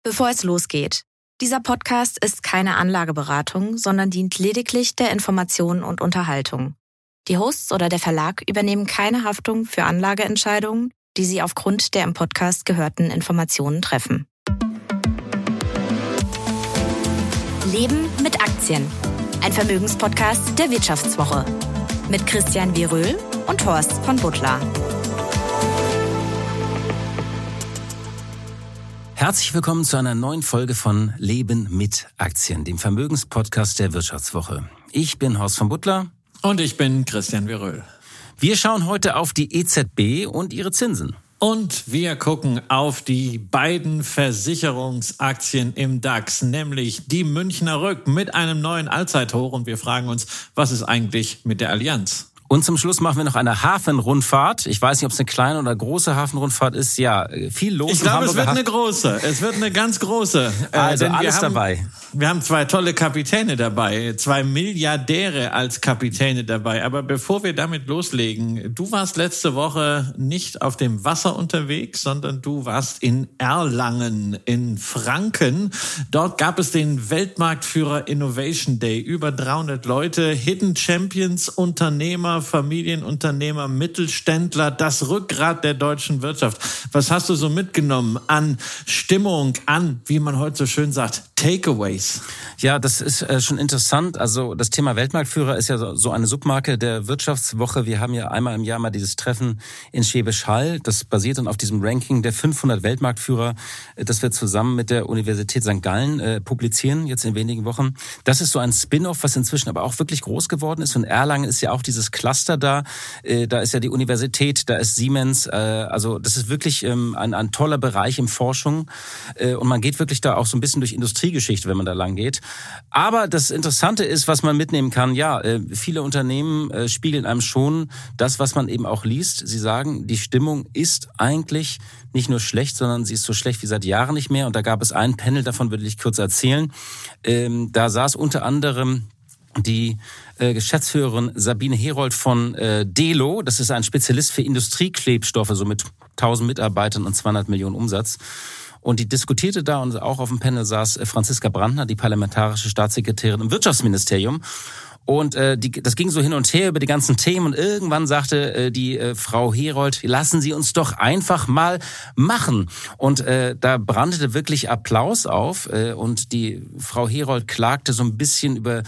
Bevor es losgeht. Dieser Podcast ist keine Anlageberatung, sondern dient lediglich der Information und Unterhaltung. Die Hosts oder der Verlag übernehmen keine Haftung für Anlageentscheidungen, die sie aufgrund der im Podcast gehörten Informationen treffen. Leben mit Aktien. Ein Vermögenspodcast der Wirtschaftswoche. Mit Christian Wieröhl und Horst von Butler. Herzlich willkommen zu einer neuen Folge von Leben mit Aktien, dem Vermögenspodcast der Wirtschaftswoche. Ich bin Horst von Butler. Und ich bin Christian Wieröhl. Wir schauen heute auf die EZB und ihre Zinsen. Und wir gucken auf die beiden Versicherungsaktien im DAX, nämlich die Münchner Rück mit einem neuen Allzeithoch. Und wir fragen uns, was ist eigentlich mit der Allianz? Und zum Schluss machen wir noch eine Hafenrundfahrt. Ich weiß nicht, ob es eine kleine oder große Hafenrundfahrt ist. Ja, viel los. Ich glaube, es wird eine große. Es wird eine ganz große. Also alles dabei. Wir haben zwei tolle Kapitäne dabei, zwei Milliardäre als Kapitäne dabei. Aber bevor wir damit loslegen, du warst letzte Woche nicht auf dem Wasser unterwegs, sondern du warst in Erlangen in Franken. Dort gab es den Weltmarktführer Innovation Day. Über 300 Leute, Hidden Champions, Unternehmer, Familienunternehmer, Mittelständler, das Rückgrat der deutschen Wirtschaft. Was hast du so mitgenommen an Stimmung, an, wie man heute so schön sagt, Takeaways? Ja, das ist schon interessant. Also das Thema Weltmarktführer ist ja so eine Submarke der Wirtschaftswoche. Wir haben ja einmal im Jahr mal dieses Treffen in Schwäbisch Hall. Das basiert dann auf diesem Ranking der 500 Weltmarktführer, das wir zusammen mit der Universität St. Gallen publizieren, jetzt in wenigen Wochen. Das ist so ein Spin-off, was inzwischen aber auch wirklich groß geworden ist. Und Erlangen ist ja auch dieses Cluster da. Da ist ja die Universität, da ist Siemens. Also das ist wirklich ein toller Bereich in Forschung. Und man geht wirklich da auch so ein bisschen durch Industriegeschichte, wenn man da lang geht. Aber das Interessante ist, was man mitnehmen kann, ja, viele Unternehmen spiegeln einem schon das, was man eben auch liest. Sie sagen, die Stimmung ist eigentlich nicht nur schlecht, sondern sie ist so schlecht wie seit Jahren nicht mehr. Und da gab es ein Panel, davon will ich kurz erzählen. Da saß unter anderem die Geschäftsführerin Sabine Herold von Delo. Das ist ein Spezialist für Industrieklebstoffe, so mit 1000 Mitarbeitern und 200 Millionen Umsatz. Und die diskutierte da, und auch auf dem Panel saß Franziska Brandner, die parlamentarische Staatssekretärin im Wirtschaftsministerium. Und das ging so hin und her über die ganzen Themen und irgendwann sagte die Frau Herold, lassen Sie uns doch einfach mal machen. Und da brandete wirklich Applaus auf und die Frau Herold klagte so ein bisschen über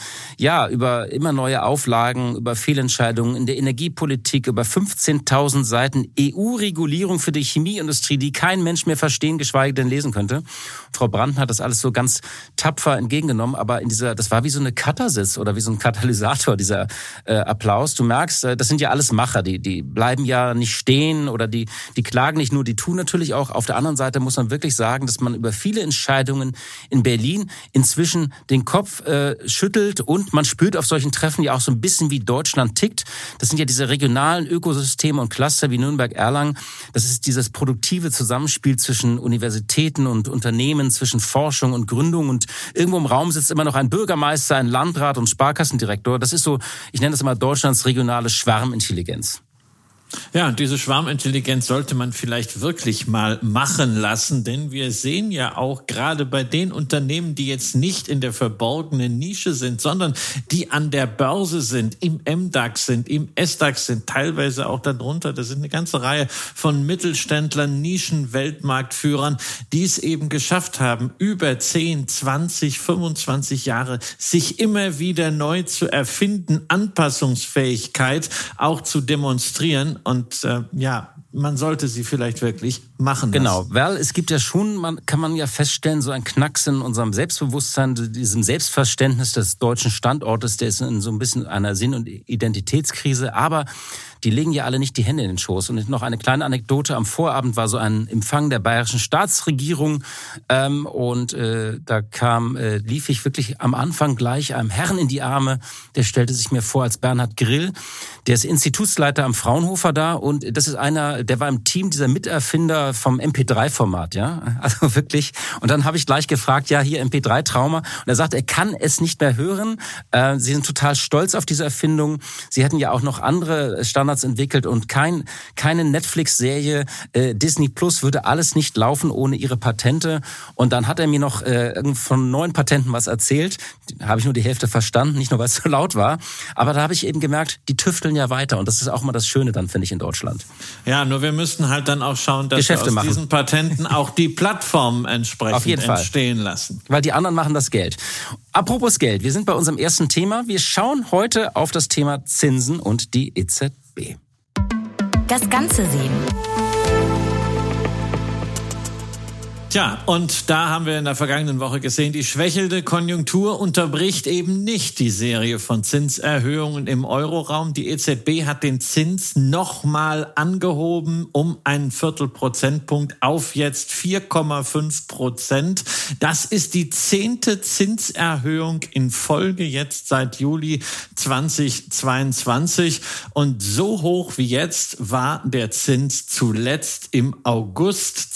immer neue Auflagen, über Fehlentscheidungen in der Energiepolitik, über 15.000 Seiten EU-Regulierung für die Chemieindustrie, die kein Mensch mehr verstehen, geschweige denn lesen könnte. Frau Brandner hat das alles so ganz tapfer entgegengenommen, aber das war wie so eine Katharsis oder wie so ein Katalysator, dieser Applaus. Du merkst, das sind ja alles Macher, die bleiben ja nicht stehen oder die klagen nicht nur, die tun natürlich auch. Auf der anderen Seite muss man wirklich sagen, dass man über viele Entscheidungen in Berlin inzwischen den Kopf schüttelt und man spürt auf solchen Treffen ja auch so ein bisschen, wie Deutschland tickt. Das sind ja diese regionalen Ökosysteme und Cluster wie Nürnberg-Erlangen. Das ist dieses produktive Zusammenspiel zwischen Universitäten und Unternehmen, zwischen Forschung und Gründung und irgendwo im Raum sitzt immer noch ein Bürgermeister, ein Landrat und Sparkassendirektor. Das ist so, ich nenne das immer Deutschlands regionale Schwarmintelligenz. Ja, und diese Schwarmintelligenz sollte man vielleicht wirklich mal machen lassen, denn wir sehen ja auch gerade bei den Unternehmen, die jetzt nicht in der verborgenen Nische sind, sondern die an der Börse sind, im MDAX sind, im SDAX sind, teilweise auch darunter. Das sind eine ganze Reihe von Mittelständlern, Nischen, Weltmarktführern, die es eben geschafft haben, über 10, 20, 25 Jahre sich immer wieder neu zu erfinden, Anpassungsfähigkeit auch zu demonstrieren. Und man sollte sie vielleicht wirklich machen lassen. Genau, weil es gibt ja schon, kann man ja feststellen, so ein Knacks in unserem Selbstbewusstsein, diesem Selbstverständnis des deutschen Standortes, der ist in so ein bisschen einer Sinn- und Identitätskrise, aber die legen ja alle nicht die Hände in den Schoß. Und noch eine kleine Anekdote, am Vorabend war so ein Empfang der bayerischen Staatsregierung da lief ich wirklich am Anfang gleich einem Herrn in die Arme, der stellte sich mir vor als Bernhard Grill, der ist Institutsleiter am Fraunhofer da und das ist einer, der war im Team dieser Miterfinder Verfechter vom MP3-Format, ja, also wirklich. Und dann habe ich gleich gefragt, ja, hier MP3-Trauma. Und er sagt, er kann es nicht mehr hören. Sie sind total stolz auf diese Erfindung. Sie hätten ja auch noch andere Standards entwickelt und keine Netflix-Serie, Disney Plus würde alles nicht laufen ohne ihre Patente. Und dann hat er mir noch von 9 Patenten was erzählt. Da habe ich nur die Hälfte verstanden, nicht nur weil es so laut war. Aber da habe ich eben gemerkt, die tüfteln ja weiter. Und das ist auch mal das Schöne dann, finde ich, in Deutschland. Ja, nur wir müssten halt dann auch schauen, dass wir aus diesen Patenten auch die Plattformen entsprechend entstehen lassen. Weil die anderen machen das Geld. Apropos Geld, wir sind bei unserem ersten Thema. Wir schauen heute auf das Thema Zinsen und die EZB. Das Ganze sehen. Tja, und da haben wir in der vergangenen Woche gesehen, die schwächelnde Konjunktur unterbricht eben nicht die Serie von Zinserhöhungen im Euroraum. Die EZB hat den Zins nochmal angehoben um einen Viertelprozentpunkt auf jetzt 4,5%. Das ist die 10. Zinserhöhung in Folge jetzt seit Juli 2022. Und so hoch wie jetzt war der Zins zuletzt im August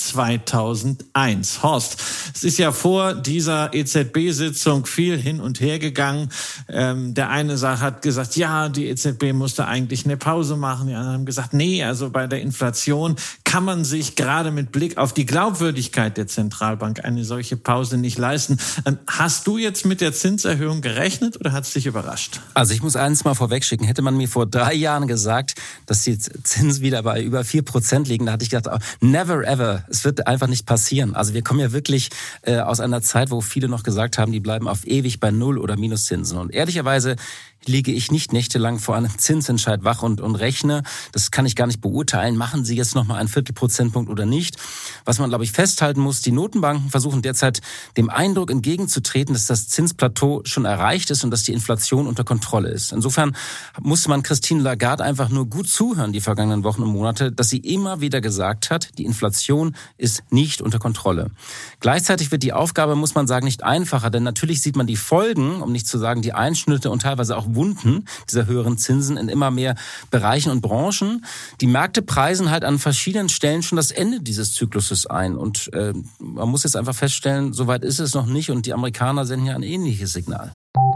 2001. Horst, es ist ja vor dieser EZB-Sitzung viel hin und her gegangen. Der eine hat gesagt, ja, die EZB musste eigentlich eine Pause machen. Die anderen haben gesagt, nee, also bei der Inflation kann man sich gerade mit Blick auf die Glaubwürdigkeit der Zentralbank eine solche Pause nicht leisten. Hast du jetzt mit der Zinserhöhung gerechnet oder hat es dich überrascht? Also ich muss eins mal vorwegschicken. Hätte man mir vor 3 Jahren gesagt, dass die Zinsen wieder bei über 4% liegen, da hatte ich gedacht, oh, never ever, es wird einfach nicht passieren. Also wir kommen ja wirklich aus einer Zeit, wo viele noch gesagt haben, die bleiben auf ewig bei Null- oder Minuszinsen. Und ehrlicherweise liege ich nicht nächtelang vor einem Zinsentscheid wach und rechne. Das kann ich gar nicht beurteilen. Machen Sie jetzt nochmal einen Viertelprozentpunkt oder nicht? Was man, glaube ich, festhalten muss, die Notenbanken versuchen derzeit dem Eindruck entgegenzutreten, dass das Zinsplateau schon erreicht ist und dass die Inflation unter Kontrolle ist. Insofern musste man Christine Lagarde einfach nur gut zuhören die vergangenen Wochen und Monate, dass sie immer wieder gesagt hat, die Inflation ist nicht unter Kontrolle. Gleichzeitig wird die Aufgabe, muss man sagen, nicht einfacher, denn natürlich sieht man die Folgen, um nicht zu sagen die Einschnitte und teilweise auch Wunden dieser höheren Zinsen in immer mehr Bereichen und Branchen. Die Märkte preisen halt an verschiedenen Stellen schon das Ende dieses Zykluses ein. Und man muss jetzt einfach feststellen, soweit ist es noch nicht. Und die Amerikaner senden ja ein ähnliches Signal.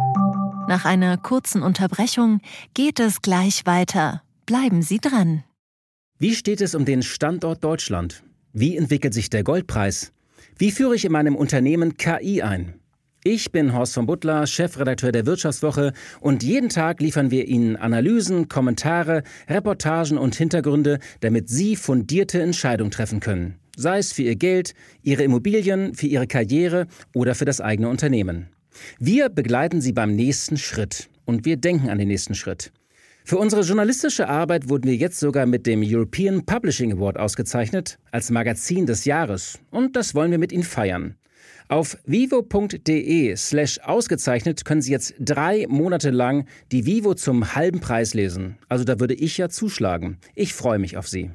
Nach einer kurzen Unterbrechung geht es gleich weiter. Bleiben Sie dran. Wie steht es um den Standort Deutschland? Wie entwickelt sich der Goldpreis? Wie führe ich in meinem Unternehmen KI ein? Ich bin Horst von Butler, Chefredakteur der Wirtschaftswoche und jeden Tag liefern wir Ihnen Analysen, Kommentare, Reportagen und Hintergründe, damit Sie fundierte Entscheidungen treffen können. Sei es für Ihr Geld, Ihre Immobilien, für Ihre Karriere oder für das eigene Unternehmen. Wir begleiten Sie beim nächsten Schritt und wir denken an den nächsten Schritt. Für unsere journalistische Arbeit wurden wir jetzt sogar mit dem European Publishing Award ausgezeichnet als Magazin des Jahres und das wollen wir mit Ihnen feiern. Auf vivo.de/ausgezeichnet können Sie jetzt 3 Monate lang die Vivo zum halben Preis lesen. Also da würde ich ja zuschlagen. Ich freue mich auf Sie.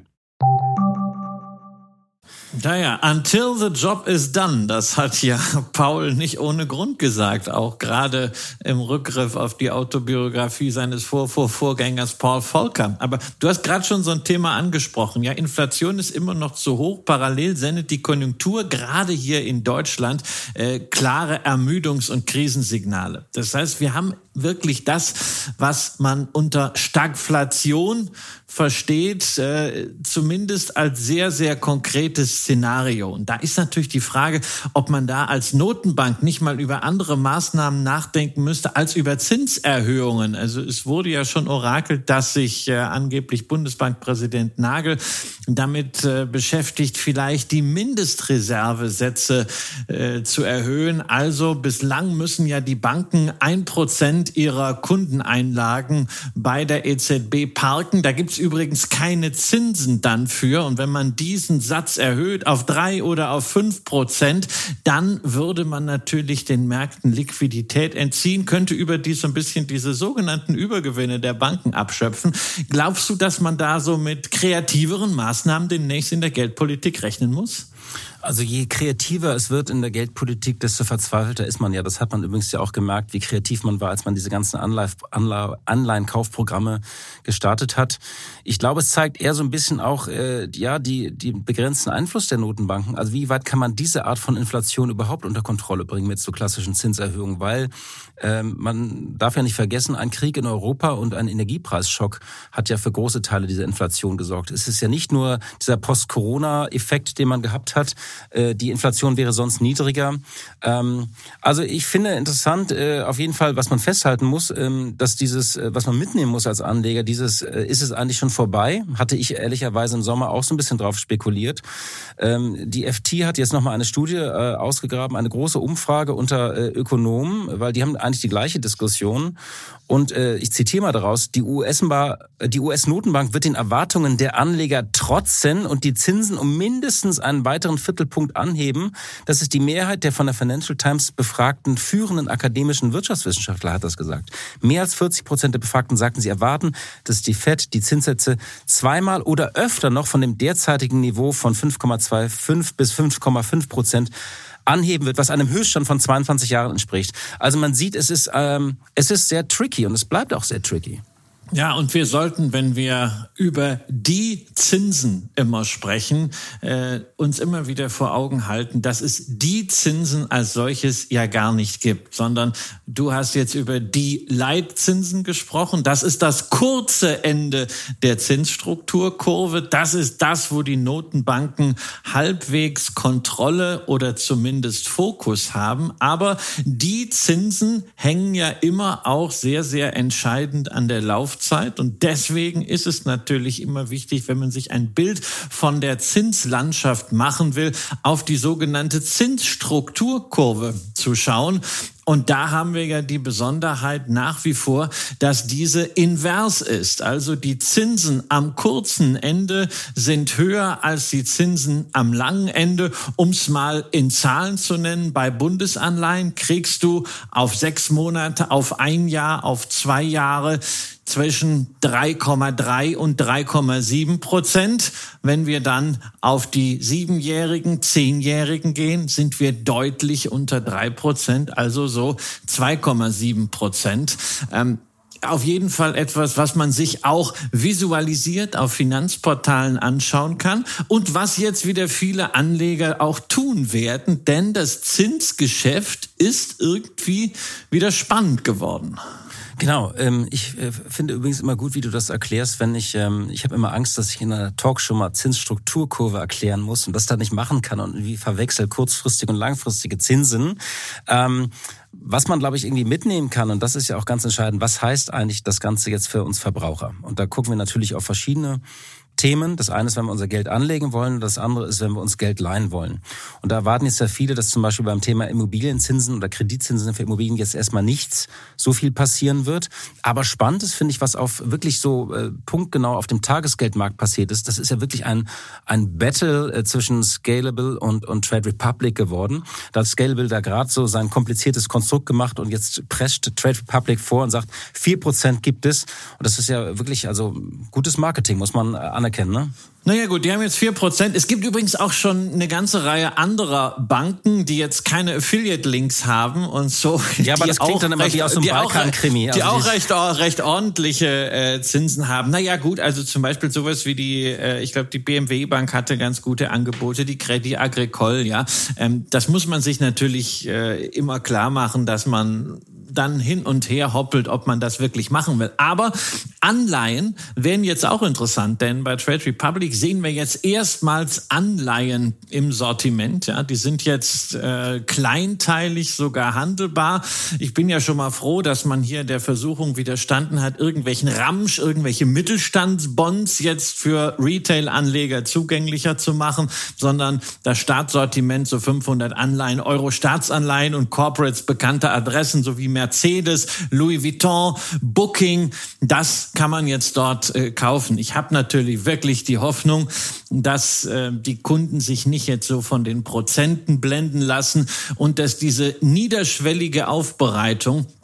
Naja, until the job is done, das hat ja Paul nicht ohne Grund gesagt, auch gerade im Rückgriff auf die Autobiografie seines Vorgängers Paul Volcker. Aber du hast gerade schon so ein Thema angesprochen, ja, Inflation ist immer noch zu hoch, parallel sendet die Konjunktur gerade hier in Deutschland klare Ermüdungs- und Krisensignale. Das heißt, wir haben wirklich das, was man unter Stagflation versteht, zumindest als sehr, sehr konkretes Szenario. Und da ist natürlich die Frage, ob man da als Notenbank nicht mal über andere Maßnahmen nachdenken müsste als über Zinserhöhungen. Also es wurde ja schon orakelt, dass sich angeblich Bundesbankpräsident Nagel damit beschäftigt, vielleicht die Mindestreservesätze zu erhöhen. Also bislang müssen ja die Banken 1% ihrer Kundeneinlagen bei der EZB parken. Da gibt's übrigens keine Zinsen dann für. Und wenn man diesen Satz erhöht auf 3 oder auf 5%, dann würde man natürlich den Märkten Liquidität entziehen, könnte überdies so ein bisschen diese sogenannten Übergewinne der Banken abschöpfen. Glaubst du, dass man da so mit kreativeren Maßnahmen demnächst in der Geldpolitik rechnen muss? Also je kreativer es wird in der Geldpolitik, desto verzweifelter ist man ja. Das hat man übrigens ja auch gemerkt, wie kreativ man war, als man diese ganzen Anleihenkaufprogramme gestartet hat. Ich glaube, es zeigt eher so ein bisschen auch die begrenzten Einfluss der Notenbanken. Also wie weit kann man diese Art von Inflation überhaupt unter Kontrolle bringen mit so klassischen Zinserhöhungen? Weil man darf ja nicht vergessen, ein Krieg in Europa und ein Energiepreisschock hat ja für große Teile dieser Inflation gesorgt. Es ist ja nicht nur dieser Post-Corona-Effekt, den man gehabt hat. Die Inflation wäre sonst niedriger. Also ich finde interessant, auf jeden Fall, was man festhalten muss, dass dieses, was man mitnehmen muss als Anleger, ist es eigentlich schon vorbei? Hatte ich ehrlicherweise im Sommer auch so ein bisschen drauf spekuliert. Die FT hat jetzt nochmal eine Studie ausgegraben, eine große Umfrage unter Ökonomen, weil die haben eigentlich die gleiche Diskussion. Und ich zitiere mal daraus, die US-Notenbank wird den Erwartungen der Anleger trotzen und die Zinsen um mindestens einen weiteren Viertelpunkt anheben. Das ist die Mehrheit der von der Financial Times befragten führenden akademischen Wirtschaftswissenschaftler hat das gesagt. Mehr als 40% der Befragten sagten, sie erwarten, dass die Fed die Zinssätze zweimal oder öfter noch von dem derzeitigen Niveau von 5,25 bis 5,5% anheben wird, was einem Höchststand von 22 Jahren entspricht. Also man sieht, es ist sehr tricky und es bleibt auch sehr tricky. Ja, und wir sollten, wenn wir über die Zinsen immer sprechen, uns immer wieder vor Augen halten, dass es die Zinsen als solches ja gar nicht gibt, sondern du hast jetzt über die Leitzinsen gesprochen. Das ist das kurze Ende der Zinsstrukturkurve. Das ist das, wo die Notenbanken halbwegs Kontrolle oder zumindest Fokus haben. Aber die Zinsen hängen ja immer auch sehr, sehr entscheidend an der Laufzeit. Und deswegen ist es natürlich immer wichtig, wenn man sich ein Bild von der Zinslandschaft machen will, auf die sogenannte Zinsstrukturkurve zu schauen. Und da haben wir ja die Besonderheit nach wie vor, dass diese invers ist. Also die Zinsen am kurzen Ende sind höher als die Zinsen am langen Ende. Um es mal in Zahlen zu nennen, bei Bundesanleihen kriegst du auf 6 Monate, auf 1 Jahr, auf 2 Jahre zwischen 3,3 und 3,7%. Wenn wir dann auf die 7-Jährigen, 10-Jährigen gehen, sind wir deutlich unter 3%, also so 2,7%. Auf jeden Fall etwas, was man sich auch visualisiert auf Finanzportalen anschauen kann und was jetzt wieder viele Anleger auch tun werden, denn das Zinsgeschäft ist irgendwie wieder spannend geworden. Genau, ich finde übrigens immer gut, wie du das erklärst, wenn ich habe immer Angst, dass ich in einer Talkshow mal Zinsstrukturkurve erklären muss und das dann nicht machen kann und irgendwie verwechsel kurzfristige und langfristige Zinsen. Was man, glaube ich, irgendwie mitnehmen kann, und das ist ja auch ganz entscheidend, was heißt eigentlich das Ganze jetzt für uns Verbraucher? Und da gucken wir natürlich auf verschiedene Themen. Das eine ist, wenn wir unser Geld anlegen wollen, das andere ist, wenn wir uns Geld leihen wollen. Und da erwarten jetzt ja viele, dass zum Beispiel beim Thema Immobilienzinsen oder Kreditzinsen für Immobilien jetzt erstmal nichts so viel passieren wird. Aber spannend ist, finde ich, was auf wirklich so punktgenau auf dem Tagesgeldmarkt passiert ist. Das ist ja wirklich ein Battle zwischen Scalable und Trade Republic geworden. Da hat Scalable da gerade so sein kompliziertes Konstrukt gemacht und jetzt prescht Trade Republic vor und sagt, 4% gibt es. Und das ist ja wirklich also gutes Marketing, muss man anerkennen, ne? Naja gut, die haben jetzt 4%. Es gibt übrigens auch schon eine ganze Reihe anderer Banken, die jetzt keine Affiliate-Links haben und so. Ja, aber das klingt dann immer wie aus so einem Balkan-Krimi. Die auch recht ordentliche Zinsen haben. Naja gut, also zum Beispiel sowas wie ich glaube die BMW Bank hatte ganz gute Angebote, die Crédit Agricole, ja. Das muss man sich natürlich immer klar machen, dass man dann hin und her hoppelt, ob man das wirklich machen will. Aber Anleihen wären jetzt auch interessant, denn bei Trade Republic sehen wir jetzt erstmals Anleihen im Sortiment. Ja, die sind jetzt kleinteilig sogar handelbar. Ich bin ja schon mal froh, dass man hier der Versuchung widerstanden hat, irgendwelche Mittelstandsbonds jetzt für Retail-Anleger zugänglicher zu machen, sondern das Startsortiment, so 500 Anleihen, Euro-Staatsanleihen und Corporates bekannter Adressen sowie Mercedes, Louis Vuitton, Booking, das kann man jetzt dort kaufen. Ich habe natürlich wirklich die Hoffnung, dass die Kunden sich nicht jetzt so von den Prozenten blenden lassen und dass diese niederschwellige Aufbereitung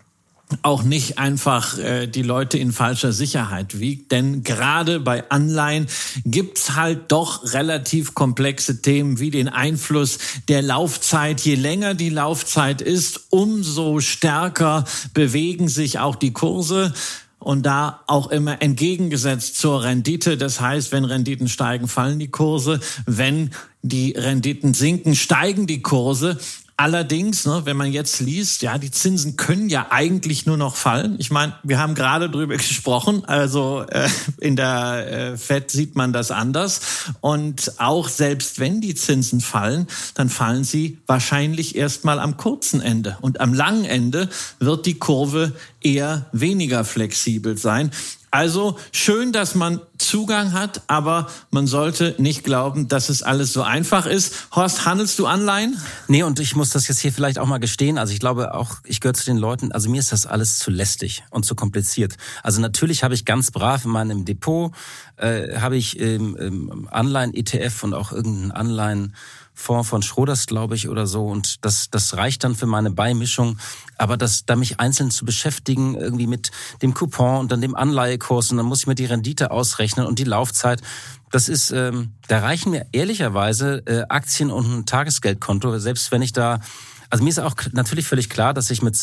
auch nicht einfach die Leute in falscher Sicherheit wiegt. Denn gerade bei Anleihen gibt's halt doch relativ komplexe Themen wie den Einfluss der Laufzeit. Je länger die Laufzeit ist, umso stärker bewegen sich auch die Kurse. Und da auch immer entgegengesetzt zur Rendite. Das heißt, wenn Renditen steigen, fallen die Kurse. Wenn die Renditen sinken, steigen die Kurse. Allerdings, wenn man jetzt liest, ja, die Zinsen können ja eigentlich nur noch fallen. Ich meine, wir haben gerade drüber gesprochen, also in der FED sieht man das anders. Und auch selbst wenn die Zinsen fallen, dann fallen sie wahrscheinlich erstmal am kurzen Ende. Und am langen Ende wird die Kurve eher weniger flexibel sein. Also schön, dass man Zugang hat, aber man sollte nicht glauben, dass es alles so einfach ist. Horst, handelst du Anleihen? Nee, und ich muss das jetzt hier vielleicht auch mal gestehen. Also ich glaube auch, ich gehöre zu den Leuten, also mir ist das alles zu lästig und zu kompliziert. Also natürlich habe ich ganz brav in meinem Depot, habe ich Anleihen-ETF und auch irgendeinen Anleihenfonds von Schroders, glaube ich, oder so. Und das reicht dann für meine Beimischung. Aber da mich einzeln zu beschäftigen, irgendwie mit dem Coupon und dann dem Anleihekurs und dann muss ich mir die Rendite ausrechnen und die Laufzeit, das ist, da reichen mir ehrlicherweise Aktien und ein Tagesgeldkonto, selbst wenn ich da, also mir ist auch natürlich völlig klar, dass ich mit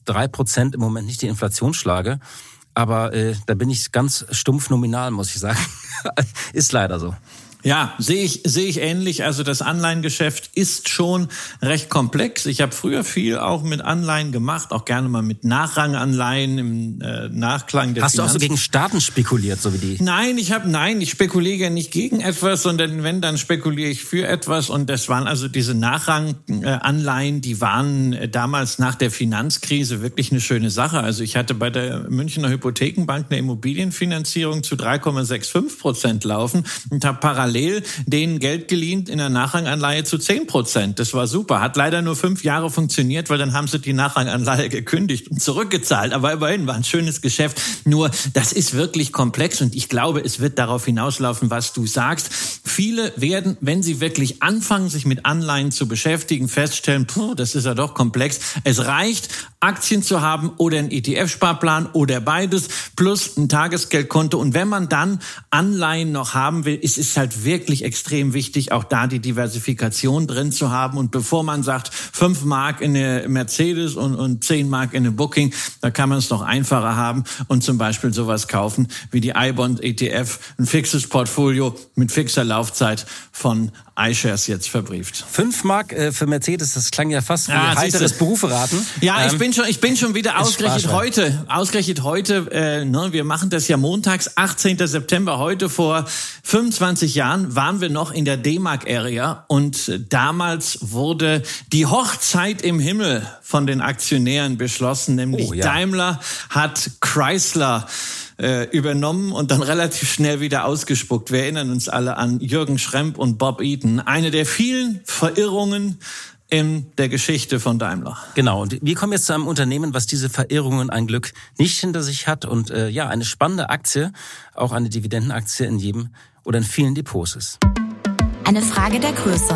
3% im Moment nicht die Inflation schlage, aber da bin ich ganz stumpf nominal, muss ich sagen. Ist leider so. Ja, sehe ich ähnlich. Also das Anleihengeschäft ist schon recht komplex. Ich habe früher viel auch mit Anleihen gemacht, auch gerne mal mit Nachranganleihen im Nachklang der Hast du auch so gegen Staaten spekuliert, so wie die? Nein, ich spekuliere nicht gegen etwas, sondern wenn, dann spekuliere ich für etwas. Und das waren also diese Nachranganleihen, die waren damals nach der Finanzkrise wirklich eine schöne Sache. Also ich hatte bei der Münchner Hypothekenbank eine Immobilienfinanzierung zu 3,65% laufen und habe parallel denen Geld geliehen in der Nachranganleihe zu 10%. Das war super. Hat leider nur 5 Jahre funktioniert, weil dann haben sie die Nachranganleihe gekündigt und zurückgezahlt. Aber immerhin war ein schönes Geschäft. Nur, das ist wirklich komplex und ich glaube, es wird darauf hinauslaufen, was du sagst. Viele werden, wenn sie wirklich anfangen, sich mit Anleihen zu beschäftigen, feststellen, das ist ja doch komplex. Es reicht, Aktien zu haben oder einen ETF-Sparplan oder beides plus ein Tagesgeldkonto. Und wenn man dann Anleihen noch haben will, ist es halt wirklich extrem wichtig, auch da die Diversifikation drin zu haben. Und bevor man sagt, 5 Mark in eine Mercedes und 10 Mark in eine Booking, da kann man es noch einfacher haben und zum Beispiel sowas kaufen wie die iBond ETF, ein fixes Portfolio mit fixer Laufzeit von iShares jetzt verbrieft. 5 Mark für Mercedes, das klang ja fast wie heiteres Beruferaten. Ja, ich bin schon wieder ausgerechnet heute, wir machen das ja montags, 18. September, heute vor 25 Jahren waren wir noch in der D-Mark-Area und damals wurde die Hochzeit im Himmel von den Aktionären beschlossen, nämlich Daimler hat Chrysler übernommen und dann relativ schnell wieder ausgespuckt. Wir erinnern uns alle an Jürgen Schrempp und Bob Eaton. Eine der vielen Verirrungen in der Geschichte von Daimler. Genau, und wir kommen jetzt zu einem Unternehmen, was diese Verirrungen ein Glück nicht hinter sich hat und eine spannende Aktie, auch eine Dividendenaktie in jedem oder in vielen Depots ist. Eine Frage der Größe.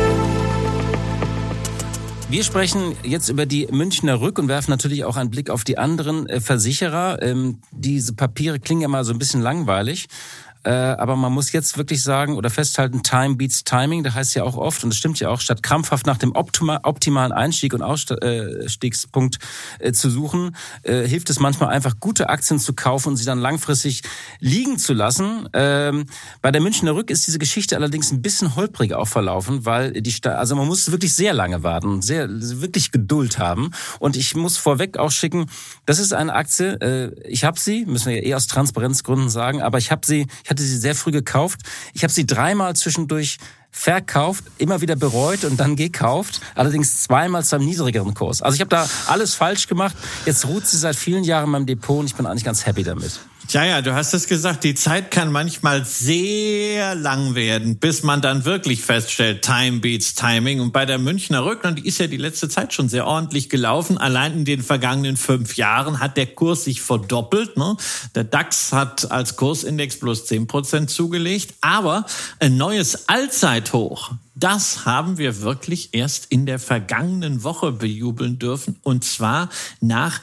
Wir sprechen jetzt über die Münchner Rück und werfen natürlich auch einen Blick auf die anderen Versicherer. Diese Papiere klingen ja mal so ein bisschen langweilig. Aber man muss jetzt wirklich sagen oder festhalten, Time beats Timing, das heißt ja auch oft, und das stimmt ja auch, statt krampfhaft nach dem optimalen Einstieg und Ausstiegspunkt zu suchen, hilft es manchmal einfach, gute Aktien zu kaufen und sie dann langfristig liegen zu lassen. Bei der Münchner Rück ist diese Geschichte allerdings ein bisschen holprig auch verlaufen, weil also man muss wirklich sehr lange warten, wirklich Geduld haben. Und ich muss vorweg auch schicken, das ist eine Aktie, ich habe sie, müssen wir ja aus Transparenzgründen sagen, aber ich hatte sie sehr früh gekauft. Ich habe sie 3-mal zwischendurch verkauft, immer wieder bereut und dann gekauft. Allerdings 2-mal zu einem niedrigeren Kurs. Also ich habe da alles falsch gemacht. Jetzt ruht sie seit vielen Jahren in meinem Depot und ich bin eigentlich ganz happy damit. Ja, du hast es gesagt, die Zeit kann manchmal sehr lang werden, bis man dann wirklich feststellt, Time beats Timing. Und bei der Münchner Rück, und die ist ja die letzte Zeit schon sehr ordentlich gelaufen, allein in den vergangenen 5 Jahren hat der Kurs sich verdoppelt. Ne? Der DAX hat als Kursindex plus 10% zugelegt, aber ein neues Allzeithoch, das haben wir wirklich erst in der vergangenen Woche bejubeln dürfen, und zwar nach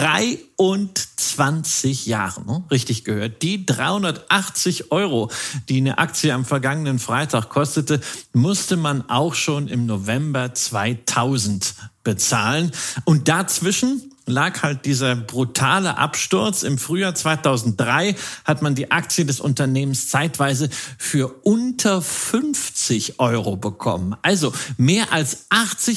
23 Jahren. Ne? Richtig gehört. Die 380 €, die eine Aktie am vergangenen Freitag kostete, musste man auch schon im November 2000 bezahlen. Und dazwischen lag halt dieser brutale Absturz. Im Frühjahr 2003 hat man die Aktie des Unternehmens zeitweise für unter 50 € bekommen. Also mehr als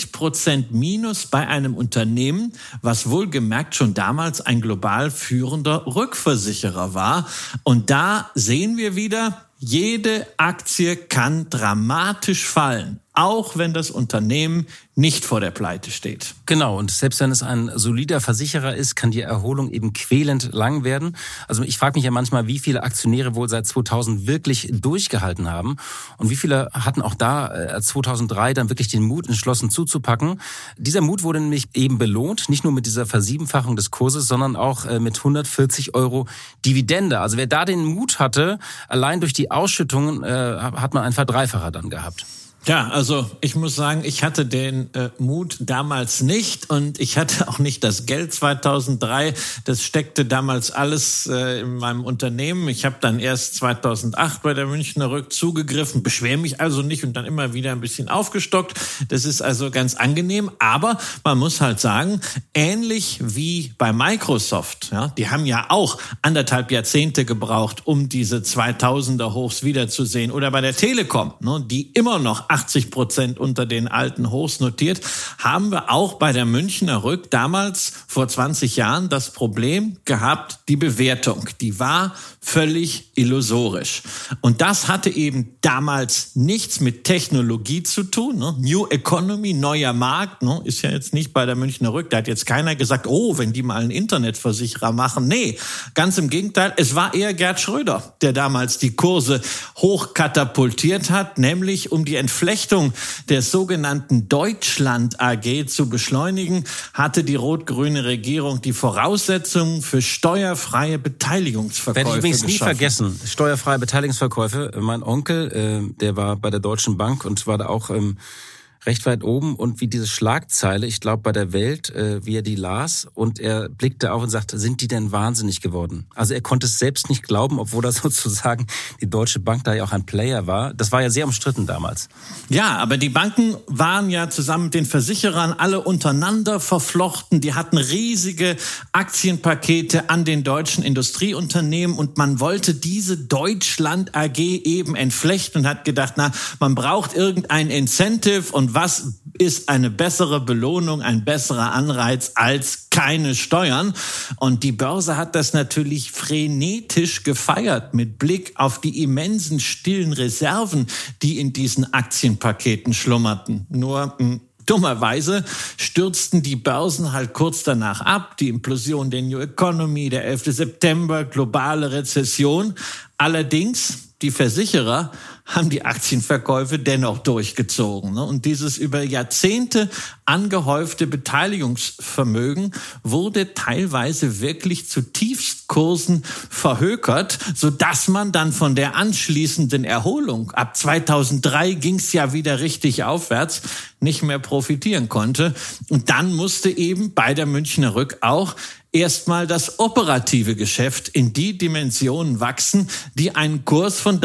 80% Minus bei einem Unternehmen, was wohlgemerkt schon damals ein global führender Rückversicherer war. Und da sehen wir wieder, jede Aktie kann dramatisch fallen, auch wenn das Unternehmen nicht vor der Pleite steht. Genau, und selbst wenn es ein solider Versicherer ist, kann die Erholung eben quälend lang werden. Also ich frage mich ja manchmal, wie viele Aktionäre wohl seit 2000 wirklich durchgehalten haben und wie viele hatten auch da 2003 dann wirklich den Mut, entschlossen zuzupacken. Dieser Mut wurde nämlich eben belohnt, nicht nur mit dieser Versiebenfachung des Kurses, sondern auch mit 140 € Dividende. Also wer da den Mut hatte, allein durch die Ausschüttungen hat man einen Verdreifacher dann gehabt. Ja, also ich muss sagen, ich hatte den Mut damals nicht und ich hatte auch nicht das Geld 2003. Das steckte damals alles in meinem Unternehmen. Ich habe dann erst 2008 bei der Münchner Rück zugegriffen, beschwere mich also nicht und dann immer wieder ein bisschen aufgestockt. Das ist also ganz angenehm, aber man muss halt sagen, ähnlich wie bei Microsoft, ja, die haben ja auch 1,5 Jahrzehnte gebraucht, um diese 2000er Hochs wiederzusehen, oder bei der Telekom, ne, die immer noch 80% unter den alten Hochs notiert, haben wir auch bei der Münchner Rück damals vor 20 Jahren das Problem gehabt, die Bewertung, die war völlig illusorisch. Und das hatte eben damals nichts mit Technologie zu tun. Ne? New Economy, neuer Markt, ne? Ist ja jetzt nicht bei der Münchner Rück. Da hat jetzt keiner gesagt, oh, wenn die mal einen Internetversicherer machen. Nee, ganz im Gegenteil. Es war eher Gerd Schröder, der damals die Kurse hochkatapultiert hat, nämlich um die Entflechtung der sogenannten Deutschland AG zu beschleunigen, hatte die rot-grüne Regierung die Voraussetzungen für steuerfreie Beteiligungsverkäufe Werde ich übrigens nie geschaffen. vergessen. Steuerfreie Beteiligungsverkäufe. Mein Onkel, der war bei der Deutschen Bank und war da auch recht weit oben, und wie diese Schlagzeile, ich glaube bei der Welt, wie er die las, und er blickte auf und sagte, sind die denn wahnsinnig geworden? Also er konnte es selbst nicht glauben, obwohl er sozusagen die Deutsche Bank da ja auch ein Player war. Das war ja sehr umstritten damals. Ja, aber die Banken waren ja zusammen mit den Versicherern alle untereinander verflochten. Die hatten riesige Aktienpakete an den deutschen Industrieunternehmen und man wollte diese Deutschland AG eben entflechten und hat gedacht, na, man braucht irgendein Incentive, und was ist eine bessere Belohnung, ein besserer Anreiz als keine Steuern? Und die Börse hat das natürlich frenetisch gefeiert mit Blick auf die immensen stillen Reserven, die in diesen Aktienpaketen schlummerten. Nur dummerweise stürzten die Börsen halt kurz danach ab. Die Implosion der New Economy, der 11. September, globale Rezession. Allerdings, die Versicherer haben die Aktienverkäufe dennoch durchgezogen. Und dieses über Jahrzehnte angehäufte Beteiligungsvermögen wurde teilweise wirklich zu Tiefstkursen verhökert, sodass man dann von der anschließenden Erholung, ab 2003 ging es ja wieder richtig aufwärts, nicht mehr profitieren konnte. Und dann musste eben bei der Münchner Rück auch erstmal das operative Geschäft in die Dimensionen wachsen, die einen Kurs von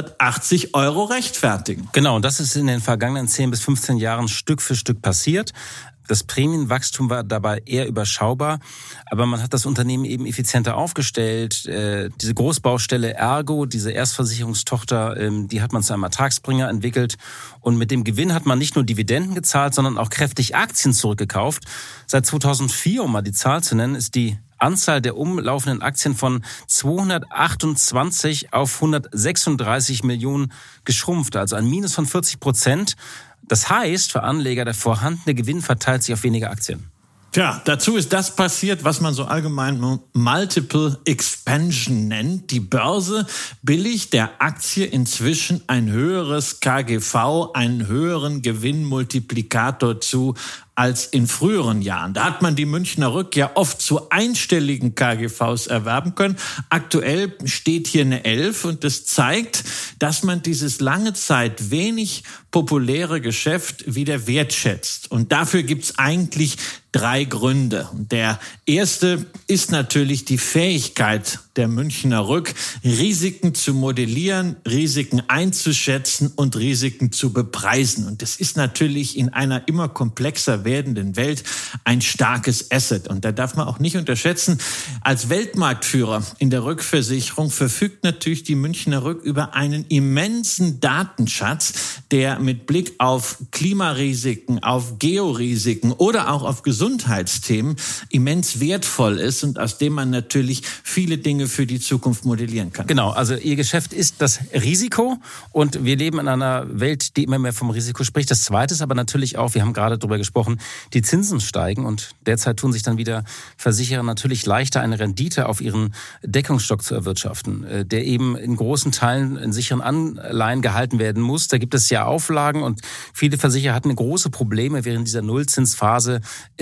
380 € rechtfertigen. Genau, und das ist in den vergangenen 10 bis 15 Jahren Stück für Stück passiert. Das Prämienwachstum war dabei eher überschaubar, aber man hat das Unternehmen eben effizienter aufgestellt. Diese Großbaustelle Ergo, diese Erstversicherungstochter, die hat man zu einem Ertragsbringer entwickelt. Und mit dem Gewinn hat man nicht nur Dividenden gezahlt, sondern auch kräftig Aktien zurückgekauft. Seit 2004, um mal die Zahl zu nennen, ist die Anzahl der umlaufenden Aktien von 228 auf 136 Millionen geschrumpft, also ein Minus von 40%. Das heißt, für Anleger, der vorhandene Gewinn verteilt sich auf weniger Aktien. Tja, dazu ist das passiert, was man so allgemein Multiple Expansion nennt. Die Börse billigt der Aktie inzwischen ein höheres KGV, einen höheren Gewinnmultiplikator zu als in früheren Jahren. Da hat man die Münchner Rück ja oft zu einstelligen KGVs erwerben können. Aktuell steht hier eine 11 und das zeigt, dass man dieses lange Zeit wenig populäre Geschäft wieder wertschätzt. Und dafür gibt's eigentlich 3 Gründe. Der erste ist natürlich die Fähigkeit der Münchner Rück, Risiken zu modellieren, Risiken einzuschätzen und Risiken zu bepreisen. Und das ist natürlich in einer immer komplexer werdenden Welt ein starkes Asset. Und da darf man auch nicht unterschätzen, als Weltmarktführer in der Rückversicherung verfügt natürlich die Münchner Rück über einen immensen Datenschatz, der mit Blick auf Klimarisiken, auf Georisiken oder auch auf Gesundheitsthemen immens wertvoll ist und aus dem man natürlich viele Dinge für die Zukunft modellieren kann. Genau, also Ihr Geschäft ist das Risiko und wir leben in einer Welt, die immer mehr vom Risiko spricht. Das Zweite ist aber natürlich auch, wir haben gerade darüber gesprochen, die Zinsen steigen und derzeit tun sich dann wieder Versicherer natürlich leichter, eine Rendite auf ihren Deckungsstock zu erwirtschaften, der eben in großen Teilen in sicheren Anleihen gehalten werden muss. Da gibt es ja Auflagen und viele Versicherer hatten große Probleme während dieser Nullzinsphase,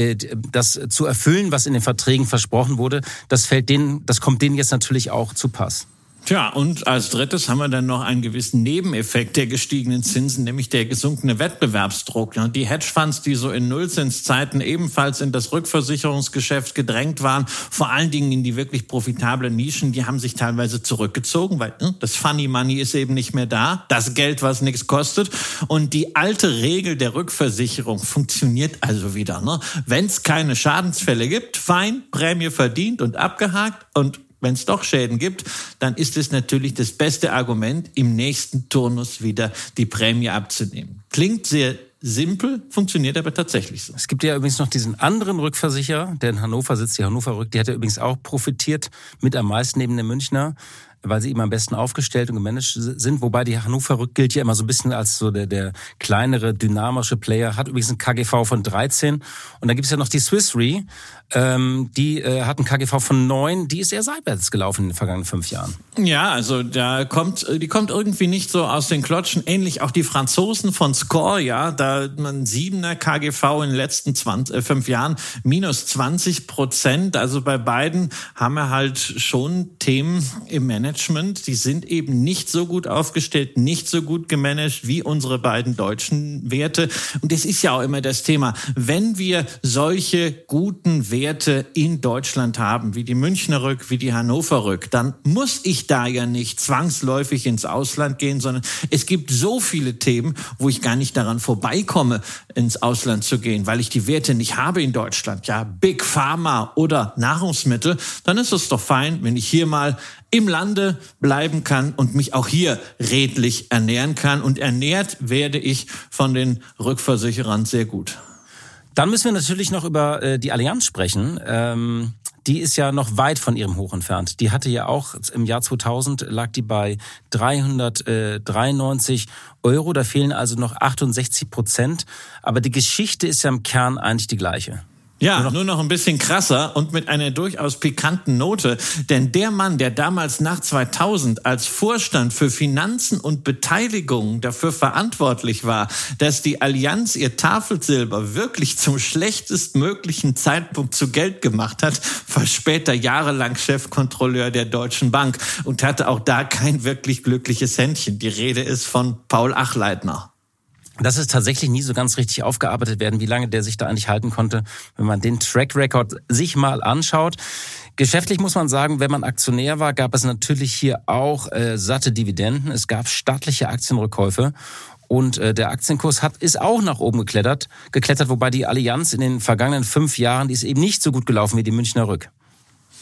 das zu erfüllen, was in den Verträgen versprochen wurde. Das kommt denen jetzt natürlich auch zu Pass. Tja, und als drittes haben wir dann noch einen gewissen Nebeneffekt der gestiegenen Zinsen, nämlich der gesunkene Wettbewerbsdruck. Und die Hedgefonds, die so in Nullzinszeiten ebenfalls in das Rückversicherungsgeschäft gedrängt waren, vor allen Dingen in die wirklich profitablen Nischen, die haben sich teilweise zurückgezogen, weil das Funny Money ist eben nicht mehr da, das Geld, was nichts kostet. Und die alte Regel der Rückversicherung funktioniert also wieder. Wenn es keine Schadensfälle gibt, fein, Prämie verdient und abgehakt. Und wenn es doch Schäden gibt, dann ist es natürlich das beste Argument, im nächsten Turnus wieder die Prämie abzunehmen. Klingt sehr simpel, funktioniert aber tatsächlich so. Es gibt ja übrigens noch diesen anderen Rückversicherer, der in Hannover sitzt, die Hannover Rück, die hat ja übrigens auch profitiert, mit am meisten neben den Münchner, weil sie eben am besten aufgestellt und gemanagt sind. Wobei die Hannover Rück gilt ja immer so ein bisschen als so der kleinere, dynamische Player. Hat übrigens ein KGV von 13. Und dann gibt es ja noch die Swiss Re. Die hat ein KGV von 9. Die ist eher seitwärts gelaufen in den vergangenen 5 Jahren. Ja, also die kommt irgendwie nicht so aus den Klotschen. Ähnlich auch die Franzosen von Score, ja. Da man 7er KGV in den letzten 5 Jahren minus 20%. Also bei beiden haben wir halt schon Themen im Management. Die sind eben nicht so gut aufgestellt, nicht so gut gemanagt wie unsere beiden deutschen Werte. Und das ist ja auch immer das Thema. Wenn wir solche guten Werte in Deutschland haben, wie die Münchner Rück, wie die Hannover Rück, dann muss ich da ja nicht zwangsläufig ins Ausland gehen, sondern es gibt so viele Themen, wo ich gar nicht daran vorbeikomme, ins Ausland zu gehen, weil ich die Werte nicht habe in Deutschland. Ja, Big Pharma oder Nahrungsmittel, dann ist es doch fein, wenn ich hier mal im Lande bleiben kann und mich auch hier redlich ernähren kann. Und ernährt werde ich von den Rückversicherern sehr gut. Dann müssen wir natürlich noch über die Allianz sprechen. Die ist ja noch weit von ihrem Hoch entfernt. Die hatte ja auch im Jahr 2000 lag die bei 393 €. Da fehlen also noch 68%. Aber die Geschichte ist ja im Kern eigentlich die gleiche. Ja, nur noch ein bisschen krasser und mit einer durchaus pikanten Note. Denn der Mann, der damals nach 2000 als Vorstand für Finanzen und Beteiligung dafür verantwortlich war, dass die Allianz ihr Tafelsilber wirklich zum schlechtestmöglichen Zeitpunkt zu Geld gemacht hat, war später jahrelang Chefkontrolleur der Deutschen Bank und hatte auch da kein wirklich glückliches Händchen. Die Rede ist von Paul Achleitner. Das ist tatsächlich nie so ganz richtig aufgearbeitet werden, wie lange der sich da eigentlich halten konnte, wenn man den Track Record sich mal anschaut. Geschäftlich muss man sagen, wenn man Aktionär war, gab es natürlich hier auch satte Dividenden. Es gab stattliche Aktienrückkäufe. Und der Aktienkurs ist auch nach oben geklettert, wobei die Allianz in den vergangenen 5 Jahren, die ist eben nicht so gut gelaufen wie die Münchner Rück.